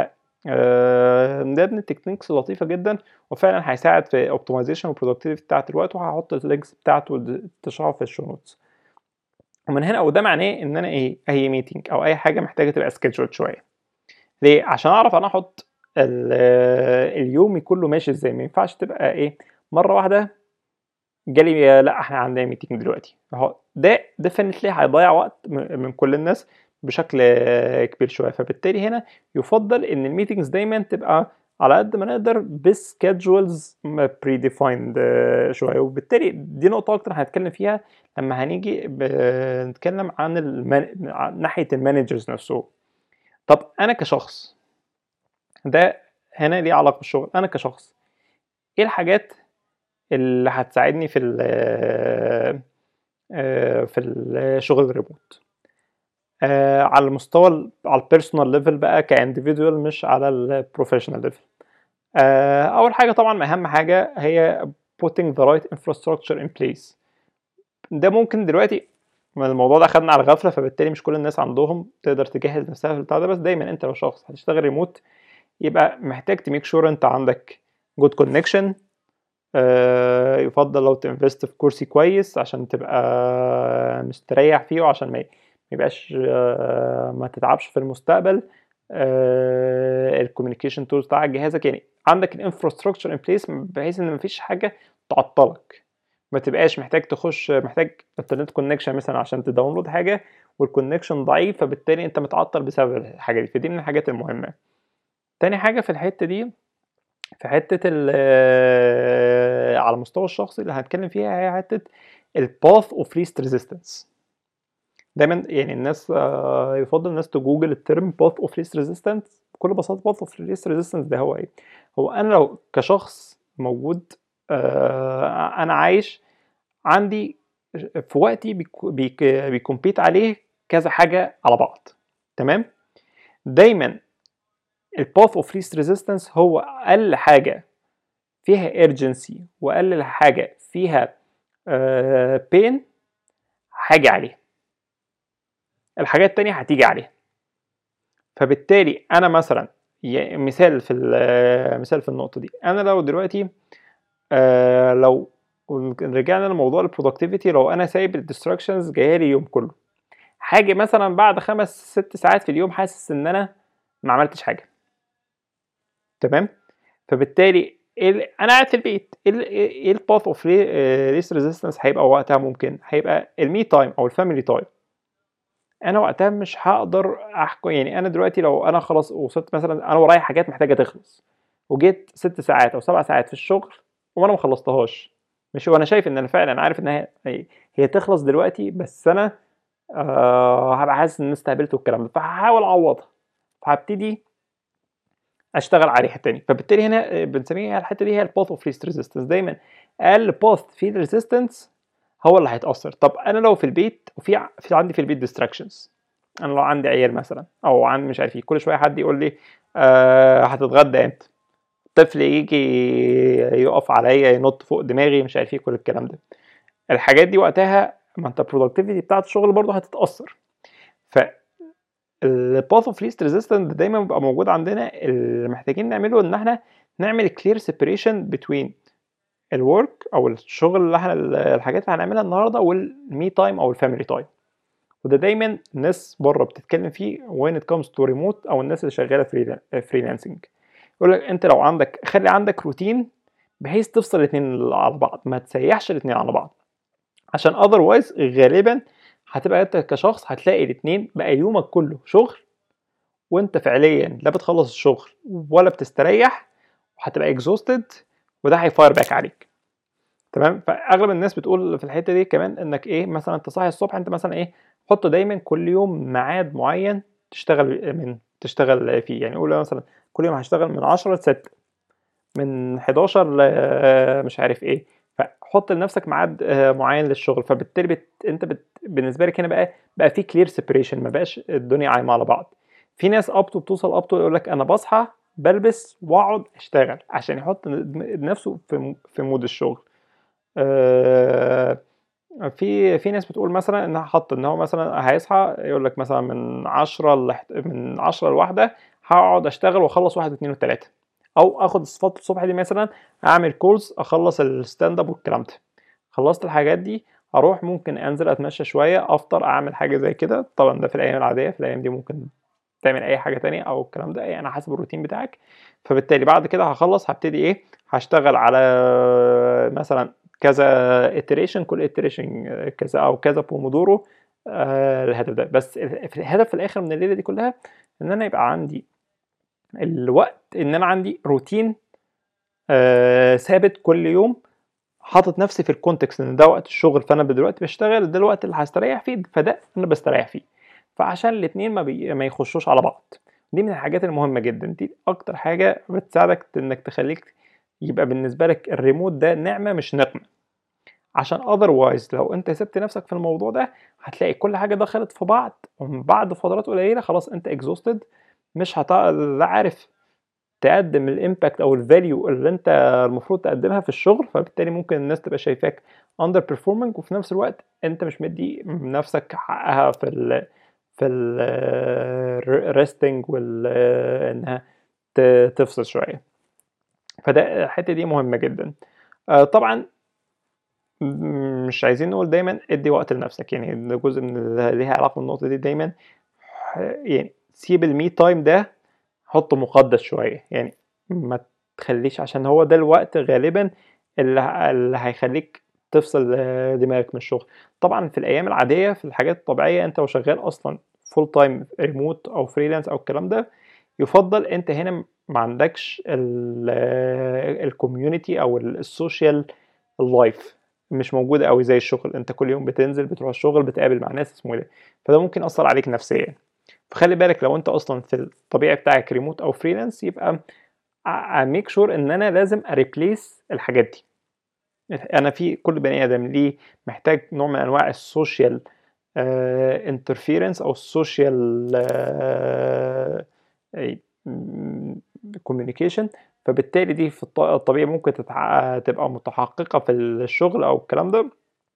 ده من التكنيكس لطيفه جدا، وفعلا هيساعد في اوبتمايزيشن والبرودكتيفيتي بتاعت الوقت، وهحط اللينكس بتاعته تشرحه في الشو نوتس. ومن هنا وده معناه ان انا اي ميتنج او اي حاجه محتاجه تبقى سكيدجول شويه. ليه؟ عشان اعرف انا احط اليوم كله ماشي ازاي. ما ينفعش تبقى مره واحده جالي لا احنا عندنا ميتنج دلوقتي، اهو ده ديفينتلي هيضيع وقت من كل الناس بشكل كبير شويه. فبالتالي هنا يفضل ان الميتنجز دايما تبقى على قد ما نقدر بسكيدجولز بري ديفايند شويه. وبالتالي دي نقطه اكتر هنتكلم فيها لما هنيجي نتكلم عن ناحيه المانجرز نفسه. طب انا كشخص، ده هنا ليه علاقه بالشغل، انا كشخص ايه الحاجات اللي هتساعدني في الشغل الريموت على المستوى على البيرسونال ليفل بقى كانديفيدوال، مش على البروفيشنال ليفل. اول حاجه طبعا اهم حاجه هي putting the right infrastructure in place. ده ممكن دلوقتي الموضوع ده خدنا على غفله، فبالتالي مش كل الناس عندهم تقدر تجهز نفسها في البتاع ده. بس دايما انت لو شخص هتشتغل ريموت يبقى محتاج تميك شور انت عندك جود كونكشن. يفضل لو تنفست في كورسي كويس عشان تبقى مستريح فيه، وعشان ما يبقاش ما تتعبش في المستقبل. الكوميونيكيشن تولز بتاع جهازك، يعني عندك الانفراستراكشر ان بليس بحيث ان مفيش حاجه تعطلك. ما تبقاش محتاج محتاج انترنت كونكشن مثلا عشان تداونلود حاجه والكونكشن ضعيف، فبالتالي انت متعطل بسبب الحاجه دي. فدي من الحاجات المهمه. تاني حاجه في الحته دي، في حته على المستوى الشخصي اللي هنتكلم فيها، هي حته الباث اوف ليست ريزيستنس. دايما يعني الناس يفضل الناس تجوجل الترم باث اوف ليست ريزيستنس. بكل بساطه باث اوف ليست ريزيستنس ده هو ايه؟ هو انا لو كشخص موجود انا عايش عندي في وقتي بيكمبيت عليه كذا حاجه على بعض، تمام؟ دايما الباث اوف ليست ريزيستنس هو اقل حاجه فيها urgency واقل حاجه فيها pain هاجي عليها، الحاجات التانية هتيجي عليها. فبالتالي انا مثلا مثال في النقطه دي، انا لو دلوقتي لو رجعنا لموضوع البرودكتيفيتي، لو انا سايب الديستراكشنز جايه لي يوم كله، حاجه مثلا بعد 5-6 ساعات في اليوم حاسس ان انا ما عملتش حاجه، تمام؟ فبالتالي انا قاعد في البيت، ايه الباث اوف ليست ريزيستنس هيبقى وقتها؟ ممكن هيبقى المي تايم او الفاميلي تايم. انا وقتها مش هقدر احكم، يعني انا دلوقتي لو انا خلاص وصلت مثلا انا ورايا حاجات محتاجه تخلص، وجيت 6 ساعات او 7 ساعات في الشغل وانا ما خلصتهاش، مش وانا شايف ان انا فعلا عارف ان هي تخلص دلوقتي، بس انا هبقى حاسس ان استهبلت والكلام ده، فهحاول اعوضها، فهبتدي اشتغل عليها تاني. فبالتالي هنا بنسميها الحته دي هي الباث اوف ليست ريزيستنس. دايما اقل باث فيه ريزيستنس هو اللي هيتاثر. طب انا لو في البيت وفي عندي في البيت ديستراكشنز، انا لو عندي عيال مثلا او عندي مش عارف ايه، كل شويه حد يقول لي هتتغدى امتى، طفل يجي يقف عليا ينط فوق دماغي مش عارف ايه، كل الكلام ده، الحاجات دي وقتها ما انت البرودكتيفيتي بتاعت الشغل برضه هتتاثر. ف الباث اوف ليست ريزيستنت دايما بيبقى موجود عندنا. اللي محتاجين نعمله ان احنا نعمل كلير سيبريشن بين الورك او الشغل اللي احنا الحاجات اللي هنعملها النهارده والمي تايم او الفاميلي تايم. وده دايما الناس بره بتتكلم فيه when it comes to remote او الناس اللي شغاله فريلانسنج. يقول لك انت لو خلي عندك روتين بحيث تفصل الاثنين على بعض، ما تسيحش الاثنين على بعض، عشان otherwise غالبا هتبقى انت كشخص هتلاقي الاثنين بقى يومك كله شغل، وانت فعليا لا بتخلص الشغل ولا بتستريح، وهتبقى exhausted، وده هيفاير باك عليك، تمام؟ فاغلب الناس بتقول في الحته دي كمان انك ايه، مثلا انت صاحي الصبح، انت مثلا ايه، حط دايما كل يوم ميعاد معين تشتغل فيه. يعني قول مثلا كل يوم هشتغل من 10 ل 6، من 11 ل مش عارف ايه، فحط لنفسك ميعاد معين للشغل. فبالتالي بالنسبه لك هنا بقى في كلير سيبريشن، ما بقاش الدنيا عايمه على بعض. في ناس بتوصل يقول لك انا بصحى بلبس واقعد اشتغل عشان يحط نفسه في مود الشغل. في ناس بتقول مثلا انها حط ان هو مثلا هيصحى يقول لك مثلا من 10 لواحدة هقعد اشتغل واخلص 1 و2 و3، او اخد الصفات الصبح دي مثلا اعمل كولز، اخلص الستاند اب والكلام ده، خلصت الحاجات دي اروح ممكن انزل اتمشى شويه، افطر، اعمل حاجه زي كده. طبعا ده في الايام العاديه، في الايام دي ممكن تعمل اي حاجه تانية او الكلام ده، يعني حسب الروتين بتاعك. فبالتالي بعد كده هخلص هبتدي ايه، هشتغل على مثلا كذا iteration، كل iteration كذا او كذا بومودورو الهدف ده. بس الهدف في الاخر من الليله دي كلها ان انا يبقى عندي الوقت، ان انا عندي روتين ثابت كل يوم، حاطط نفسي في الكونتكست ان ده وقت الشغل، فانا دلوقتي بشتغل، ده الوقت اللي هستريح فيه، فده انا بستريح فيه، فعشان الاثنين ما يخشوش على بعض. دي من الحاجات المهمه جدا، دي اكتر حاجه بتساعدك انك تخليك يبقى بالنسبه لك الريموت ده نعمه مش نقمه. عشان otherwise لو انت سبت نفسك في الموضوع ده هتلاقي كل حاجه دخلت في بعض، ومن بعد فترات قليله خلاص انت exhausted، مش لا عارف تقدم الامباكت او الفاليو اللي انت المفروض تقدمها في الشغل، فبالتالي ممكن الناس تبقى شايفاك اندر بيرفورمنج، وفي نفس الوقت انت مش مدي نفسك حقها في الريستنج انها تفصل شويه. فده الحته دي مهمه جدا. طبعا مش عايزين نقول دايما ادي وقت لنفسك، يعني ده جزء من اللي ليها علاقه بالنقطه دي دايما. يعني سيب المي تايم ده، حطه مقدس شويه، يعني ما تخليش، عشان هو ده الوقت غالبا اللي هيخليك تفصل دماغك من الشغل. طبعا في الايام العاديه، في الحاجات الطبيعيه، انت لو شغال اصلا فول تايم ريموت او فريلانس او الكلام ده، يفضل انت هنا ما عندكش الكوميونتي او السوشيال لايف مش موجوده قوي زي الشغل. انت كل يوم بتنزل بتروح الشغل بتقابل مع ناس اسمه ده، فده ممكن يأثر عليك نفسيا. فخلي بالك لو انت اصلا في الطبيعي بتاعك ريموت او فريلانس، يبقى ميك شور ان انا لازم اريبليس الحاجات دي. انا في كل بني ادم ليه محتاج نوع من انواع السوشيال انترفيرنس او السوشيال كوميونيكيشن. فبالتالي دي في الطبيعي ممكن تبقى متحققة في الشغل او الكلام ده.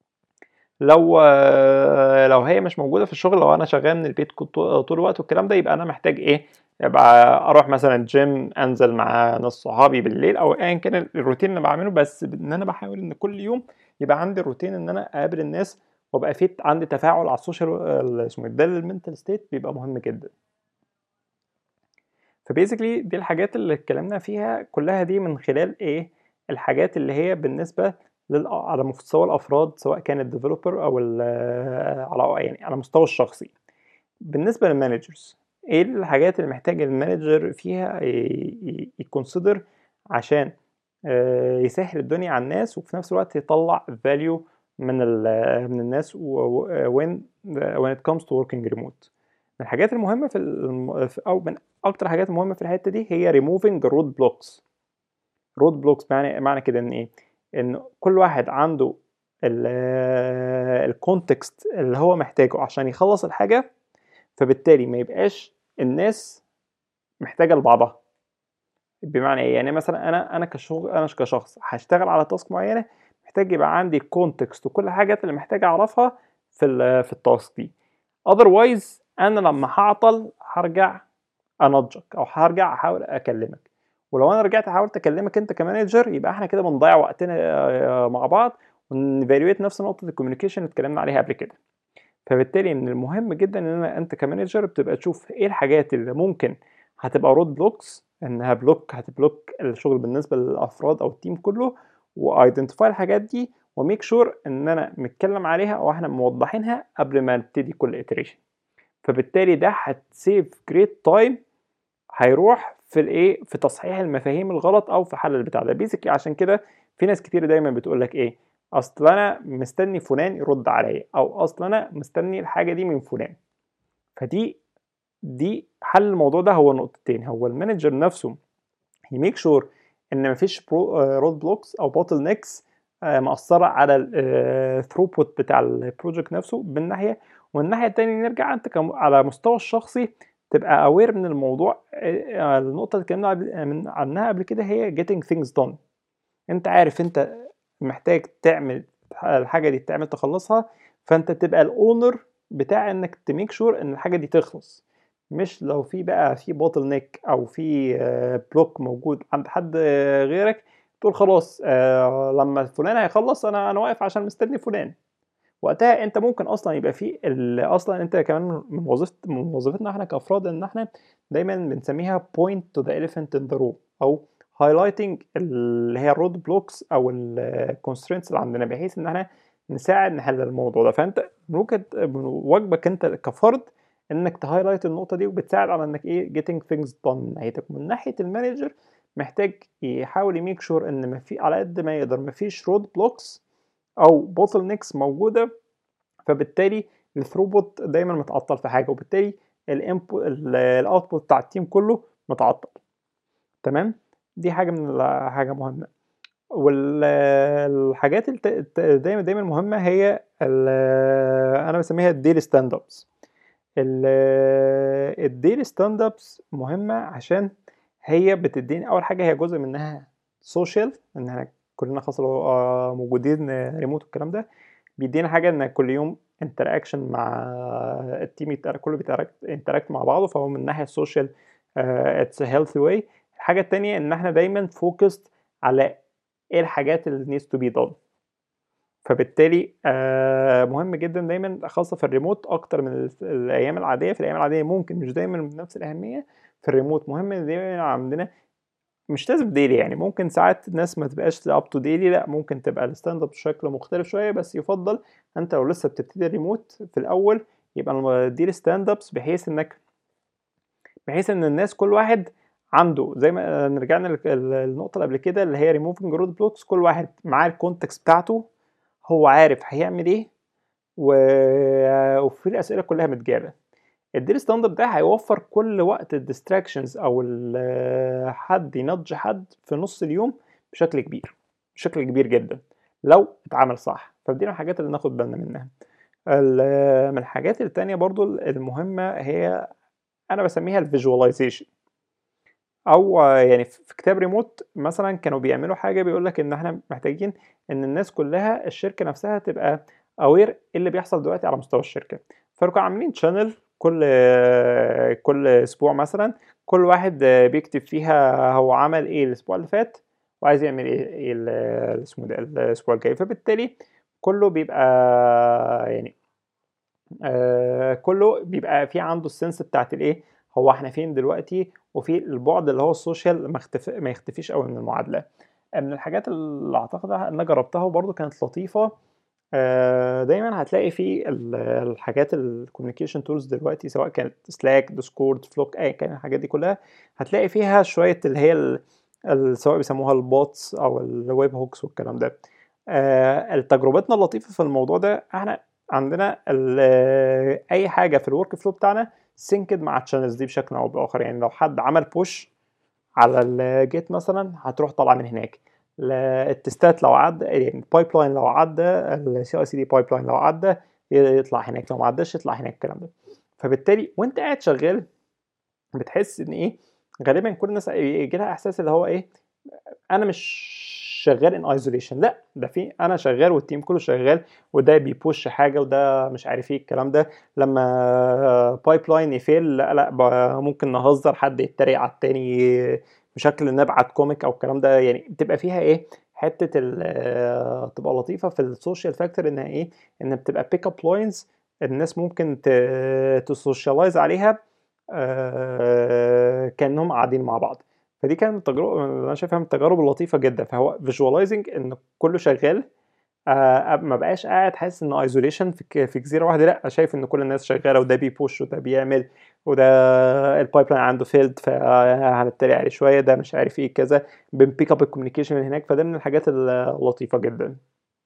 لو هي مش موجودة في الشغل، لو انا شغال من البيت طول الوقت والكلام ده، يبقى انا محتاج ايه؟ يبقى اروح مثلا جيم، انزل مع ناس صحابي بالليل، او ايا كان الروتين اللي بعمله، بس ان انا بحاول ان كل يوم يبقى عندي روتين ان انا اقابل الناس وابقى في عندي تفاعل على السوشيال اسمه ده المنتال ستيت، بيبقى مهم جدا. فبيزيكلي دي الحاجات اللي اتكلمنا فيها كلها دي من خلال ايه؟ الحاجات اللي هي بالنسبة على مستوى الافراد، سواء كان الديفلوبر او على يعني على مستوى الشخصي. بالنسبة للمانجرز، ايه الحاجات اللي محتاج المانجر فيها يكونسيدر عشان يسهل الدنيا على الناس، وفي نفس الوقت يطلع فاليو من الناس when it comes to working remote. من الحاجات المهمة او من اكتر حاجات مهمة في الحتة دي هي removing road blocks. road blocks معنى كده ان ايه؟ ان كل واحد عنده الكونتكست اللي هو محتاجه عشان يخلص الحاجة، فبالتالي ما يبقاش الناس محتاجة لبعضها. بمعنى ايه؟ يعني مثلا انا كشخص هشتغل على تاسك معينة، محتاج يبقى عندي الكونتكست وكل الحاجات اللي محتاج اعرفها في التاسك دي. otherwise انا لما هعطل هرجع انضجك، او هرجع احاول اكلمك، ولو انا رجعت حاولت اكلمك انت كمانجر، يبقى احنا كده بنضيع وقتنا مع بعض، ونفاليويت نفس نقطة الكوميونيكيشن اللي اتكلمنا عليها قبل كده. فبالتالي من المهم جدا ان انت كمانجر بتبقى تشوف ايه الحاجات اللي ممكن هتبقى رود بلوكس، انها هتبلوك الشغل بالنسبه للافراد او التيم كله، وايدنتيفاي الحاجات دي، وميك شور ان انا متكلم عليها او احنا موضحينها قبل ما نبتدي كل iteration. فبالتالي ده هتسيف جريت تايم هيروح في الايه، في تصحيح المفاهيم الغلط او في حل البتاع ده. بيزيكلي عشان كده في ناس كتير دايما بتقول لك ايه؟ اصل انا مستني فلان يرد عليا، او اصل انا مستني الحاجه دي من فلان. فدي حل الموضوع ده هو نقطتين. هو المانجر نفسه يميك شور ان مفيش رود بلوكس او بوتل نيكس مأثرة على الثروبوت بتاع البروجكت نفسه بالناحية، والناحية التانية نرجع انت على مستوى الشخصي تبقى aware من الموضوع. النقطة اللي اتكلمنا عنها قبل كده هي getting things done. انت عارف انت محتاج تعمل الحاجة دي، تعمل تخلصها، فانت تبقى الاونر بتاع انك تميك شور ان الحاجة دي تخلص. مش لو في بقى في بوتل نيك او في بلوك موجود عند حد غيرك، تقول خلاص لما فلان هيخلص انا واقف عشان مستني فلان. وقتها انت ممكن اصلا يبقى في اصلا انت كمان من وظيفتنا احنا كافراد ان احنا دايما بنسميها point to the elephant in the room، او highlighting اللي هي الرود بلوكس او الكونسترينتس اللي عندنا، بحيث ان احنا نساعد نحل الموضوع ده. فانت ممكن واجبك انت كفرد انك تهايلايت النقطه دي، وبتساعد على انك ايه getting things done من ناحيتك. من ناحيه المانجر محتاج يحاول يميك شور ان ما في على قد ما يقدر ما فيش رود بلوكس او بوتل نيكس موجوده، فبالتالي الثروبوت دايما متعطل في حاجه، وبالتالي الاوتبوت بتاع التيم كله متعطل. تمام؟ دي حاجه مهمه. والحاجات دايما مهمه هي انا بسميها الديلي ستاند ابس. الديلي ستاند ابس مهمه عشان هي بتديني اول حاجه، هي جزء منها سوشيال، ان احنا كلنا خلاص لو موجودين ريموت والكلام ده، بيدينا حاجه ان كل يوم انتراكشن مع التيم، كله بيتراكت مع بعضه، فهو من ناحيه السوشيال اتس هيلثي واي. الحاجه التانية ان احنا دايما فوكست على ايه الحاجات اللي needs to be done. فبالتالي مهم جدا دايما، خاصه في الريموت اكتر من الايام العاديه. في الايام العاديه ممكن مش دايما بنفس الاهميه، في الريموت مهم ان دايما عندنا، مش لازم ديلي يعني، ممكن ساعات الناس ما تبقاش اب تو ديلي، لا ممكن تبقى الستاند اب بشكل مختلف شويه، بس يفضل انت لو لسه بتبتدي ريموت في الاول يبقى الديلي ستاند ابس، بحيث ان الناس كل واحد عنده، زي ما رجعنا للنقطه اللي قبل كده اللي هي ريموفنج رود بلوكس، كل واحد معاه الكونتكست بتاعته، هو عارف هيعمل ايه، وفي الاسئله كلها متجابه. الديلي ستاند اب ده هيوفر كل وقت الديستراكشنز او حد ينضج حد في نص اليوم بشكل كبير، بشكل كبير جدا لو اتعمل صح. فدي من الحاجات اللي ناخد بالنا منها. من الحاجات التانية برضو المهمة، هي انا بسميها الفيجواليزيشن، او يعني في كتاب ريموت مثلا كانوا بيعملوا حاجه، بيقول لك ان احنا محتاجين ان الناس كلها، الشركه نفسها تبقى اوير ايه اللي بيحصل دلوقتي على مستوى الشركه. فكانوا عاملين شانل كل اسبوع مثلا، كل واحد بيكتب فيها هو عمل ايه الاسبوع اللي فات، وعايز يعمل ايه اسمه ده الاسبوع الجاي. فبالتالي كله بيبقى يعني كله بيبقى في عنده السنس بتاعت الايه، هو احنا فين دلوقتي، وفي البعد اللي هو السوشيال ما يختفيش قوي من المعادله. من الحاجات اللي اعتقد ان انا جربتها وبرضه كانت لطيفه، دايما هتلاقي في الحاجات الكوميونيكيشن تولز دلوقتي، سواء كانت سلاك، ديسكورد، فلوك، اي كان الحاجات دي كلها، هتلاقي فيها شويه اللي هي سواء بيسموها البوتس او الويب هوكس والكلام ده. تجربتنا اللطيفه في الموضوع ده، احنا عندنا اي حاجه في الورك فلو بتاعنا سينكد مع الشانلز دي بشكل او باخر. يعني لو حد عمل بوش على الجيت مثلا، هتروح طالعه من هناك. التستات لو عدى، يعني البايب لاين لو عدى، السي اي سي دي بايب لاين لو عدى يطلع هناك، لو ما عداش يطلع هناك، الكلام ده. فبالتالي وانت قاعد شغال بتحس ان ايه، غالبا كل الناس يجي لها احساس اللي هو ايه، انا مش شغال ان ايزوليشن، لا ده في انا شغال والتيم كله شغال، وده بيبوش حاجه وده مش عارف ايه الكلام ده. لما بايب لاين يفيل، لا ممكن نهزر، حد يتريق على التاني بشكل نبعت كوميك او الكلام ده. يعني بتبقى فيها ايه، حته تبقى لطيفه في السوشيال فاكتور، انها ايه، ان بتبقى بيك اب لاينز الناس ممكن تسوشيالايز عليها كانهم قاعدين مع بعض. فدي كانت تجربه انا شايفها من التجارب اللطيفه جدا. فهو فيجواليزنج ان كله شغال، ما بقاش قاعد حاسس انه ايزوليشن في جزيره واحده، لا شايف ان كل الناس شغاله، وده بيبوش وده بيعمل، وده البايب لاين عنده فيلد فهنتريق عليه شويه، ده مش عارف ايه كذا، بنبيك اب الكوميونيكيشن من هناك. فده من الحاجات اللطيفه جدا.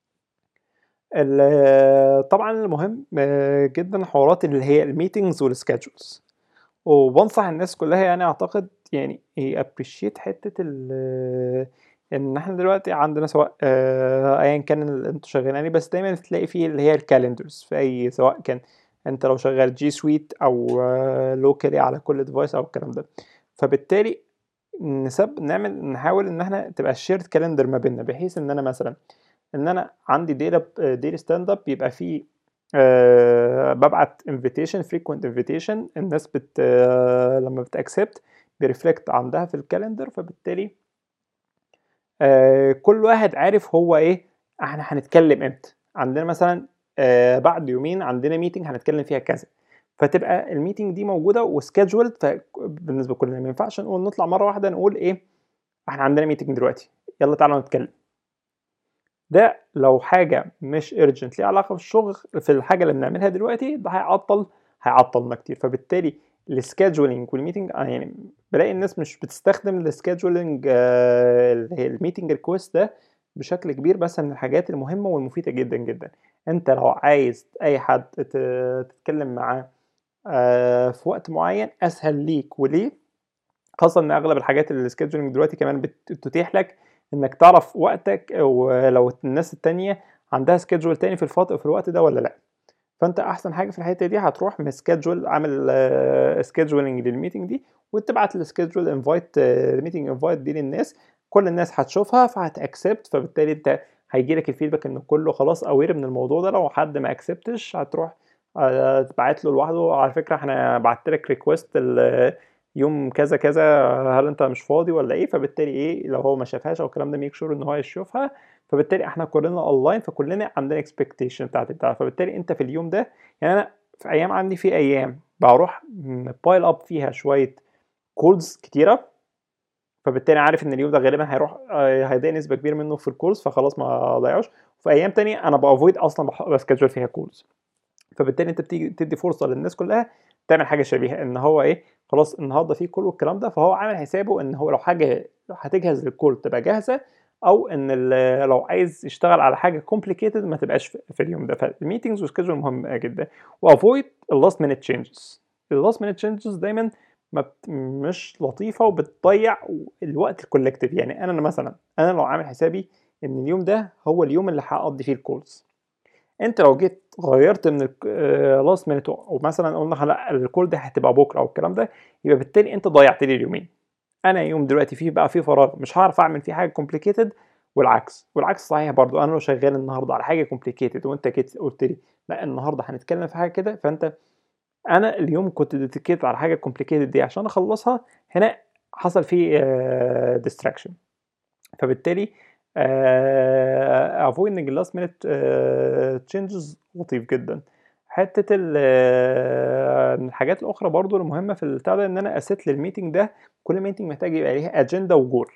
طبعا المهم جدا حوارات اللي هي الميتنجز والسكادجولز، وبنصح الناس كلها يعني اعتقد يعني يابريشيت حته ان احنا دلوقتي عندنا سواء ايا كان اللي انتوا شغالين عليه، بس دايما تلاقي فيه اللي هي الكالندرز في اي، سواء كان انت لو شغال جي سويت او لوكالي على كل ديفايس او الكلام ده. فبالتالي نحاول ان احنا تبقى الشيرد كالندر ما بيننا، بحيث ان انا مثلا ان انا عندي ديلي ستاند اب يبقى فيه ببعت انفيتيشن، فريكوينت انفيتيشن، الناس لما بتاكسبت بيرفلكت عندها في الكالندر. فبالتالي كل واحد عارف هو ايه، احنا هنتكلم امتى، عندنا مثلا بعد يومين عندنا ميتنج هنتكلم فيها كذا، فتبقى الميتنج دي موجوده وسكادجولد. بالنسبه لكلنا ما ينفعش نقول نطلع مره واحده نقول ايه، احنا عندنا ميتنج دلوقتي يلا تعالوا نتكلم. ده لو حاجة مش urgent ليها علاقة بالشغل، في الحاجة اللي بنعملها دلوقتي، ده هيعطلنا كتير. فبالتالي السكادجولينج والميتنج، يعني بلاقي الناس مش بتستخدم السكادجولينج اللي هي الميتنج ريكوست ده بشكل كبير، بس من الحاجات المهمة والمفيدة جدا جدا. انت لو عايز اي حد تتكلم معاه في وقت معين، اسهل ليك وليه، خاصة ان اغلب الحاجات اللي السكيدجولينج دلوقتي كمان بتتيح لك انك تعرف وقتك، ولو الناس التانية عندها سكيدجول تاني في الوقت ده ولا لا. فانت احسن حاجه في الحته دي هتروح مسكادجول عامل سكادجولينج للميتنج دي، وتبعت السكادجول انفايت الميتنج انفايت دي للناس. كل الناس هتشوفها فهتاكسبت، فبالتالي انت هيجي لك الفيدباك ان كله خلاص اوير من الموضوع ده. لو حد ما اكسبتش هتروح تبعت له لوحده، على فكره احنا بعت لك ريكوست يوم كذا كذا، هل انت مش فاضي ولا ايه؟ فبالتالي ايه لو هو ما شافهاش او الكلام ده ميك شور ان هو يشوفها. فبالتالي احنا كلنا اونلاين، فكلنا عندنا اكسبكتيشن بتاعت بتاع. فبالتالي انت في اليوم ده، يعني انا في ايام عندي في ايام بروح بايل اب فيها شويه كولز كتيره، فبالتالي عارف ان اليوم ده غالبا هيروح هيضيع نسبه كبيره منه في الكولز، فخلاص ما اضيعوش. وفي ايام تانية انا بافويد اصلا بسكجول فيها كولز. فبالتالي انت بتيجي تدي فرصه للناس كلها تعمل حاجه شبيهه، ان هو ايه خلاص النهارده في كول والكلام ده، فهو عامل حسابه ان هو لو حاجه هتجهز للكول تبقى جاهزه، او ان لو عايز يشتغل على حاجه كومبليكيتد ما تبقاش في اليوم ده. فالميتنجز والسكيدجول مهم جدا. وافويد اللاست مينيت تشينجز. اللاست مينيت تشينجز دايما مش لطيفه وبتضيع الوقت الكولكتيف. يعني انا مثلا انا لو عامل حسابي ان اليوم ده هو اليوم اللي هقضي فيه الكولز، انت لو جيت غيرت من لاست مينيت ومثلا قلنا لا الكول ده هتبقى بكره او الكلام ده، يبقى بالتالي انت ضيعت لي اليومين. انا يوم دلوقتي فيه بقى فيه فراغ مش هعرف اعمل فيه حاجه كومبليكيتد، والعكس صحيح برضو. انا لو شغال النهارده على حاجه كومبليكيتد وانت جيت قلت لي لا النهارده هنتكلم في حاجه كده، فانت انا اليوم كنت ديديكيت على حاجه كومبليكيتد دي عشان اخلصها، هنا حصل فيه ديستراكشن. فبالتالي avoiding last minute changes لطيف جدا. حته من الحاجات الاخرى برضو المهمه في البتاع ده ان انا اسيت للميتنج ده. كل ميتنج محتاج يبقى ليها اجنده وجول.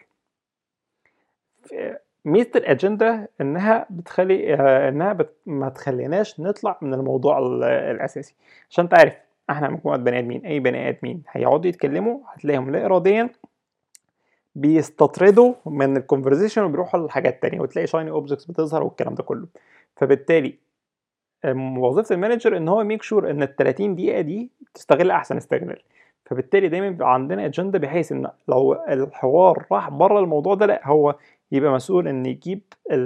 ميزه الاجنده انها بتخلي ما تخليناش نطلع من الموضوع الاساسي. عشان انت عارف احنا مجموعه بني ادمين، اي بني ادمين هيقعدوا يتكلموا هتلاقيهم لا اراديا بيستطردوا من الكونفرزيشن وبيروحوا لحاجات تانية، وتلاقي شايني اوبجكتس بتظهر والكلام ده كله. فبالتالي وظيفه المانجر ان هو ميك شور ان ال 30 دقيقه دي تستغل احسن استغلال. فبالتالي دايما بيبقى عندنا اجنده بحيث ان لو الحوار راح بره الموضوع ده، لا هو يبقى مسؤول ان يجيب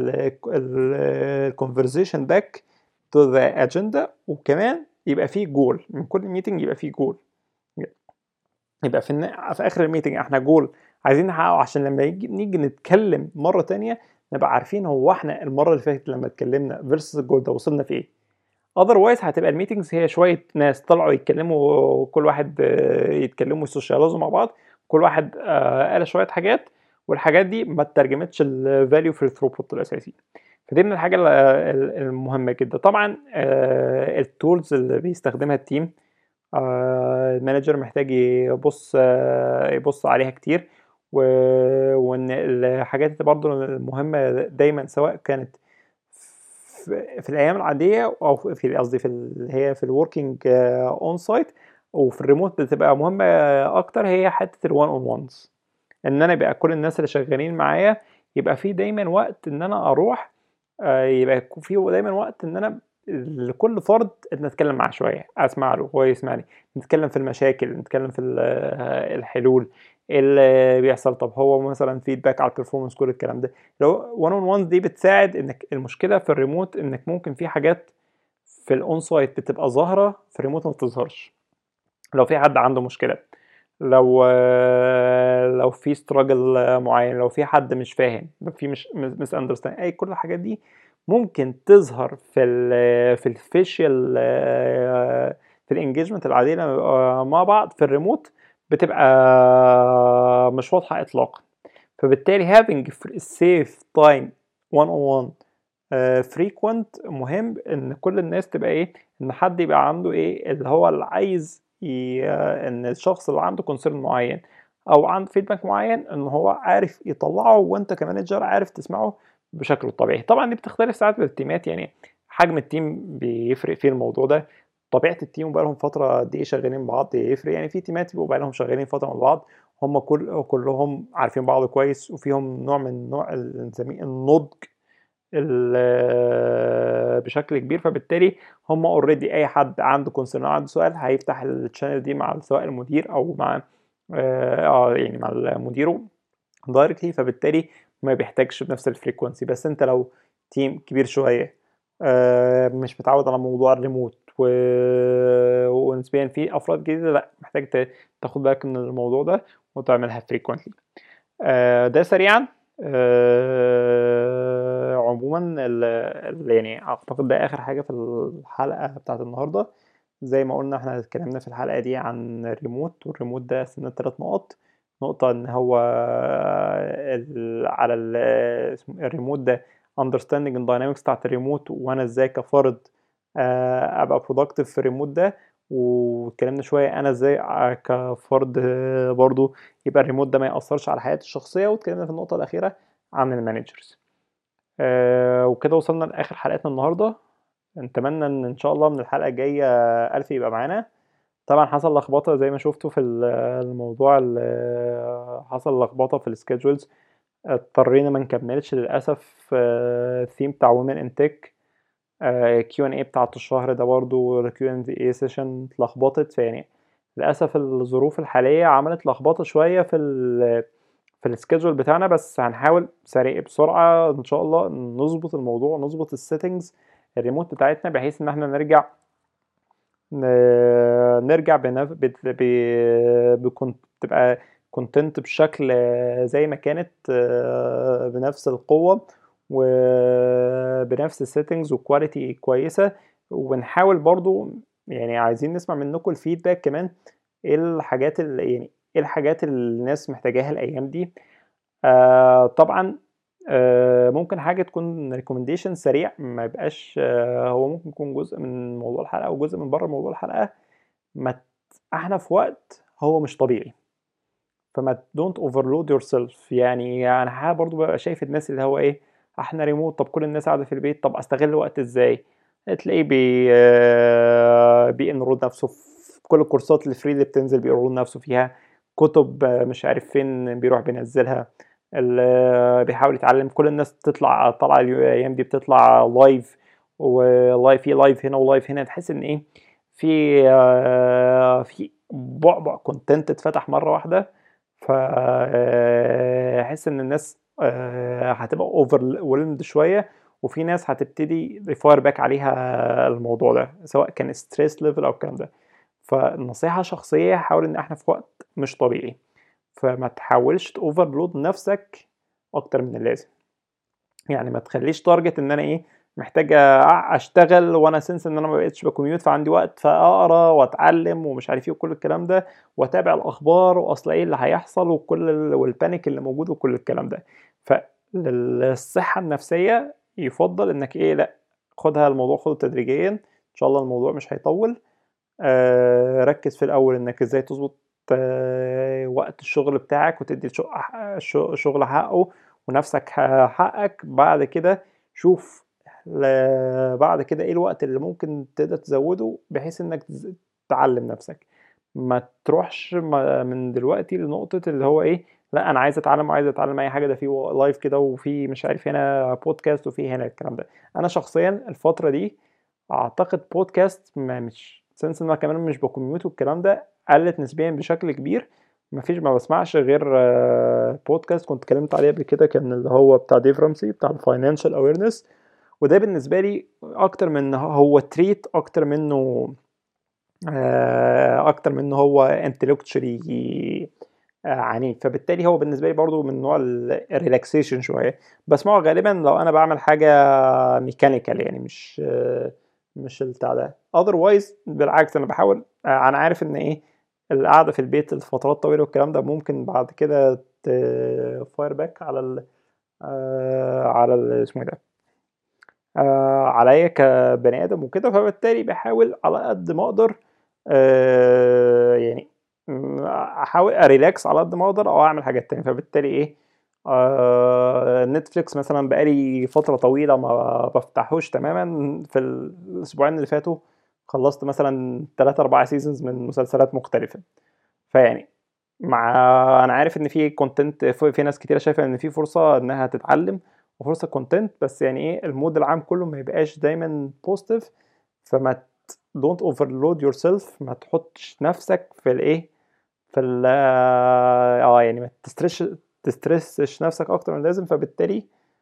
الكونفرزيشن باك تو ذا اجنده، وكمان يبقى فيه جول من كل ميتنج، يبقى فيه جول. يبقى في اخر الميتنج احنا جول عايزين نحققه، عشان لما نيجي نتكلم مره تانية نبقى عارفين هو احنا المره اللي فاتت لما اتكلمنا فيرسس الجول ده وصلنا في ايه. اذروايز هتبقى الميتنجز هي شويه ناس طلعوا يتكلموا، وكل واحد يتكلموا يسوشياليزوا مع بعض، كل واحد قال شويه حاجات، والحاجات دي ما ترجمتش الفاليو في الثروبوت الاساسي. فدي من الحاجه المهمه جدا. طبعا التولز اللي بيستخدمها التيم المانجر محتاج يبص عليها كتير، وان الحاجات اللي برضو المهمه دايما سواء كانت في الايام العاديه او في قصدي في اللي هي في الوركينج اون سايت وفي الريموت بتبقى مهمه اكتر، هي حته الوان اون وانز. ان انا يبقى كل الناس اللي شغالين معايا يبقى في دايما وقت ان انا اروح يبقى في دايما وقت ان انا لكل فرد نتكلم معاه شويه، اسمع له هو يسمعني، نتكلم في المشاكل، نتكلم في الحلول، ايه اللي بيحصل. طب هو مثلا فيدباك على البرفورمانس، كل الكلام ده. لو وان اون وانز دي بتساعد انك المشكله في الريموت انك ممكن في حاجات في الاون سايت بتبقى ظاهره في الريموت ما بتظهرش. لو في حد عنده مشكله، لو في ستراجل معين، لو في حد مش فاهم، لو في مش اندرستاند، اي كل الحاجات دي ممكن تظهر في الفيشيال في الانجيجمنت العاديه لما بيبقى مع بعض. في الريموت بتبقى مش واضحه اطلاقا. فبالتالي having safe time one on one frequent مهم ان كل الناس تبقى ايه، ان حد يبقى عنده ايه اللي هو اللي عايز ان الشخص اللي عنده كونسيرن معين او عنده فيدباك معين ان هو عارف يطلعه، وانت كمانجر عارف تسمعه بشكله الطبيعي. طبعا دي بتختلف ساعات بالتيمات، يعني حجم التيم بيفرق في الموضوع ده، طبيعه التيم وبقى لهم فتره قد ايه شغالين بعض يفرق. يعني في تيمات بيبقوا بقى لهم شغالين فتره مع بعض هم كلهم عارفين بعض كويس، وفيهم نوع من نوع اللي نسميه النضج بشكل كبير. فبالتالي هم اوريدي اي حد عنده كونسيرن او عنده سؤال هيفتح الشانل دي مع سواء المدير او مع يعني مع مديره دايركتلي. فبالتالي ما بيحتاجش بنفس الفريكونسي. بس انت لو تيم كبير شويه مش متعود على موضوع الريموت ونسبيا في افراد جديده، لا محتاج تاخد بالك من الموضوع ده وتعملها frequently. ده سريعا. عموما يعني اعتقد ده اخر حاجه في الحلقه بتاعت النهارده. زي ما قلنا احنا اتكلمنا في الحلقه دي عن الريموت، والريموت ده قسمنا 3 نقط. نقطه ان هو على الريموت ده understanding الداينامكس بتاعت الريموت، وانا ازاي كفرد ابقى productive في الريموت ده. واتكلمنا شويه انا ازاي كفرد برضو يبقى الريموت ده ما يأثرش على حياتي الشخصية. واتكلمنا في النقطة الأخيرة عن المانجرز. وكده وصلنا لآخر حلقتنا النهاردة. نتمنى إن شاء الله من الحلقة الجاية ألف يبقى معانا. طبعا حصل لخبطة زي ما شفتوا في الموضوع، حصل لخبطة في السكيدجولز، اضطرينا ما نكملش للأسف الثيم بتاع وومن ان تك. Q&A بتاعت الشهر ده برضو Q&A سيشن اتلخبطت. فيعني للأسف الظروف الحالية عملت لخبطة شوية في السكيدجول بتاعنا، بس هنحاول سريع بسرعة ان شاء الله نظبط الموضوع، نظبط السيتنجز الريموت بتاعتنا، بحيث ان احنا نرجع تبقى كونتنت بشكل زي ما كانت، بنفس القوة وبنفس السيتنجز وكواليتي كويسة. ونحاول برضو يعني عايزين نسمع منكم الفيدباك كمان، ايه الحاجات اللي يعني ايه الحاجات اللي الناس محتاجاها الايام دي. طبعا ممكن حاجة تكون ريكومنديشن سريع، ما يبقاش هو ممكن يكون جزء من موضوع الحلقة وجزء من بره موضوع الحلقة. ما ت- احنا في وقت هو مش طبيعي، فما دونت اوفرلود يور سيلف. يعني انا برضو ببقى شايف الناس اللي هو ايه، احنا ريموت، طب كل الناس قاعدة في البيت، طب استغل وقت ازاي؟ تلاقيه بينرول نفسه في كل الكورسات الفري اللي بتنزل، بينرول نفسه فيها كتب، مش عارف فين بيروح بينزلها، بيحاول يتعلم. كل الناس طالعه الايام دي بتطلع لايف، ولايف في لايف هنا ولايف هنا. تحس ان ايه، في بعبع كونتنت اتفتح مره واحده. فاحس ان الناس هتبقى اوفر شويه، وفي ناس هتبتدي يفاير باك عليها الموضوع ده، سواء كان ستريس ليفل او الكلام ده. فالنصيحه شخصيه، حاول ان احنا في وقت مش طبيعي، فما تحاولش توفرلود نفسك اكتر من اللازم. يعني ما تخليش تارجت ان انا ايه، محتاج اشتغل وانا سنس ان انا ما بقتش بكميوت، فعندي وقت فاقرا واتعلم ومش عارف ايه وكل الكلام ده، واتابع الاخبار واصل ايه اللي هيحصل والبانيك اللي موجود وكل الكلام ده. فللصحة النفسية يفضل انك ايه، لا، خدها الموضوع خده تدريجيا، ان شاء الله الموضوع مش هيطول. ركز في الاول انك ازاي تظبط وقت الشغل بتاعك، وتدي الشغل حقه ونفسك حقك. بعد كده شوف بعد كده ايه الوقت اللي ممكن تقدر تزوده، بحيث انك تعلم نفسك. ما تروحش من دلوقتي لنقطة اللي هو ايه، لا انا عايز اتعلم وعايز اتعلم اي حاجة، ده في لايف كده وفي مش عارف هنا بودكاست وفي هنا الكلام ده. انا شخصيا الفترة دي اعتقد بودكاست ما مش سنس ان انا كمان مش بكميوت والكلام ده، قلت نسبيا بشكل كبير. ما بسمعش غير بودكاست كنت اتكلمت عليه قبل كده، كان اللي هو بتاع ديف رامسي بتاع الفاينانشال اويرنس. وده بالنسبه لي اكتر من هو تريت، اكتر منه هو انتلكتشري عنيف. فبالتالي هو بالنسبه لي برضو من نوع الريلاكسيشن شويه. بسمعه غالبا لو انا بعمل حاجه ميكانيكال، يعني مش البتاع ده. otherwise بالعكس انا بحاول، انا عارف ان ايه، القعده في البيت لفترات طويله والكلام ده ممكن بعد كده فاير باك على اسمه ايه ده، عليا كبني ادم وكده. فبالتالي بحاول على قد ما اقدر، يعني احاول اريلاكس على قد ما اقدر او اعمل حاجات تانية. فبالتالي ايه، نتفليكس مثلا بقالي فترة طويلة ما بفتحوش تماما. في الاسبوعين اللي فاتوا خلصت مثلا 3 4 سيزونز من مسلسلات مختلفة. فيعني مع انا عارف ان في كونتنت، في ناس كتيرة شايفة ان في فرصة انها تتعلم وفرصة كونتنت، بس يعني ايه المود العام كله ما يبقاش دايما بوزيتيف. فما don't overload yourself، ما تحطش نفسك في الايه، في ال يعني ما تسترسش نفسك اكتر من اللازم. فبالتالي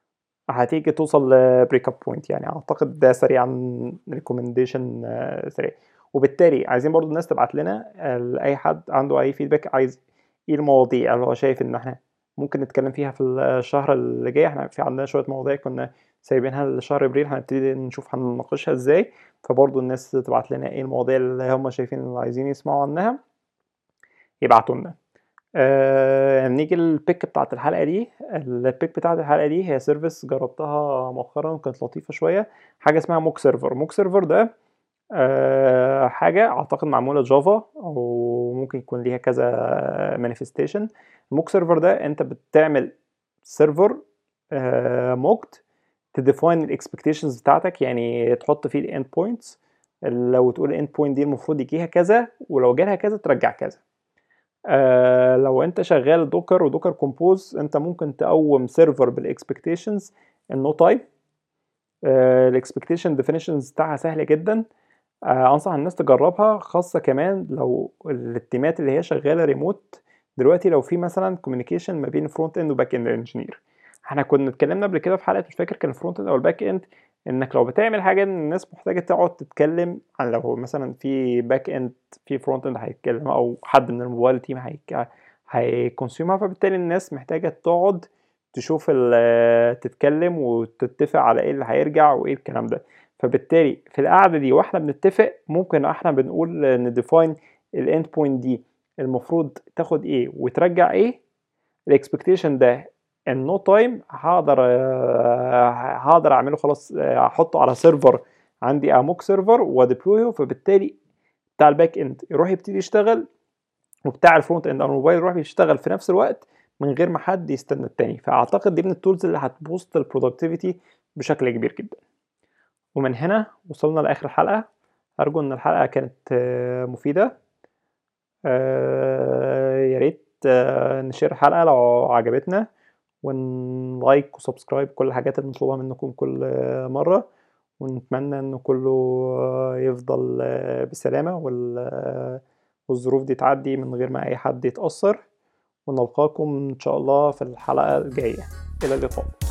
هتيجي توصل لبريك اب بوينت. يعني اعتقد ده سريعا ريكومنديشن سريع. وبالتالي عايزين برضو الناس تبعت لنا لاي حد عنده اي فيدباك، عايز ايه المواضيع اللي هو شايف ان احنا ممكن نتكلم فيها في الشهر اللي جاي. احنا في عندنا شويه مواضيع كنا سايبينها لشهر ابريل، هنبتدي نشوف هنناقشها ازاي. فبرضو الناس تبعت لنا ايه المواضيع اللي هم شايفين اللي عايزين يسمعوا عنها، يبعتوا لنا. نيجي للبيك بتاعت الحلقة دي. البيك بتاعت الحلقة دي هي سيرفيس جربتها مؤخرا وكانت لطيفة شوية، حاجة اسمها موك سيرفر. موك سيرفر ده حاجة أعتقد معمولة جافا أو ممكن يكون ليها كذا مانيفستيشن. الموك سيرفر ده أنت بتعمل سيرفر موكت تديفاين الاكسبكتيشنز بتاعتك، يعني تحط فيه الاند بوينتس. لو تقول الاند بوينت دي المفروض يجيها كذا، ولو جالها كذا ترجع كذا. لو انت شغال دوكر ودوكر كومبوز، انت ممكن تقوم سيرفر بالاكسبكتيشنز النو تايب. الاكسبكتيشن ديفينيشنز بتاعها سهله جدا. انصح الناس تجربها، خاصه كمان لو التيمات اللي هي شغاله ريموت. دلوقتي لو في مثلا كوميونيكيشن ما بين فرونت اند وباك اند انجينير، احنا كنا اتكلمنا قبل كده في حلقه مش فاكر كان الفرونت اند او الباك اند، انك لو بتعمل حاجه ان الناس محتاجه تقعد تتكلم عن، لو مثلا في باك اند في فرونت اند هيتكلم او حد من الموبايل تيم هيكونسيومها، فبالتالي الناس محتاجه تقعد تشوف تتكلم وتتفق على ايه اللي هيرجع وايه الكلام ده. فبالتالي في القعده دي واحنا بنتفق، ممكن احنا بنقول نديفاين الاند بوينت دي المفروض تاخد ايه وترجع ايه. الاكسبكتيشن ده النو تايم هقدر اعمله خلاص، احطه على سيرفر عندي اموك سيرفر وديبلويه، فبالتالي بتاع الباك اند يروح يبتدي يشتغل، وبتاع الفرونت اند او الموبايل يروح يشتغل في نفس الوقت من غير ما حد يستنى التاني. فاعتقد دي من التولز اللي هتبوست البرودكتيفيتي بشكل كبير جدا. ومن هنا وصلنا لاخر الحلقه. ارجو ان الحلقه كانت مفيده. يا ريت نشير الحلقه لو عجبتنا، ونلايك وسبسكرايب كل الحاجات اللي مطلوبة منكم كل مرة. ونتمنى ان كله يفضل بسلامة، والظروف دي تعدي من غير ما اي حد يتأثر. ونلقاكم ان شاء الله في الحلقة الجاية. الى اللقاء.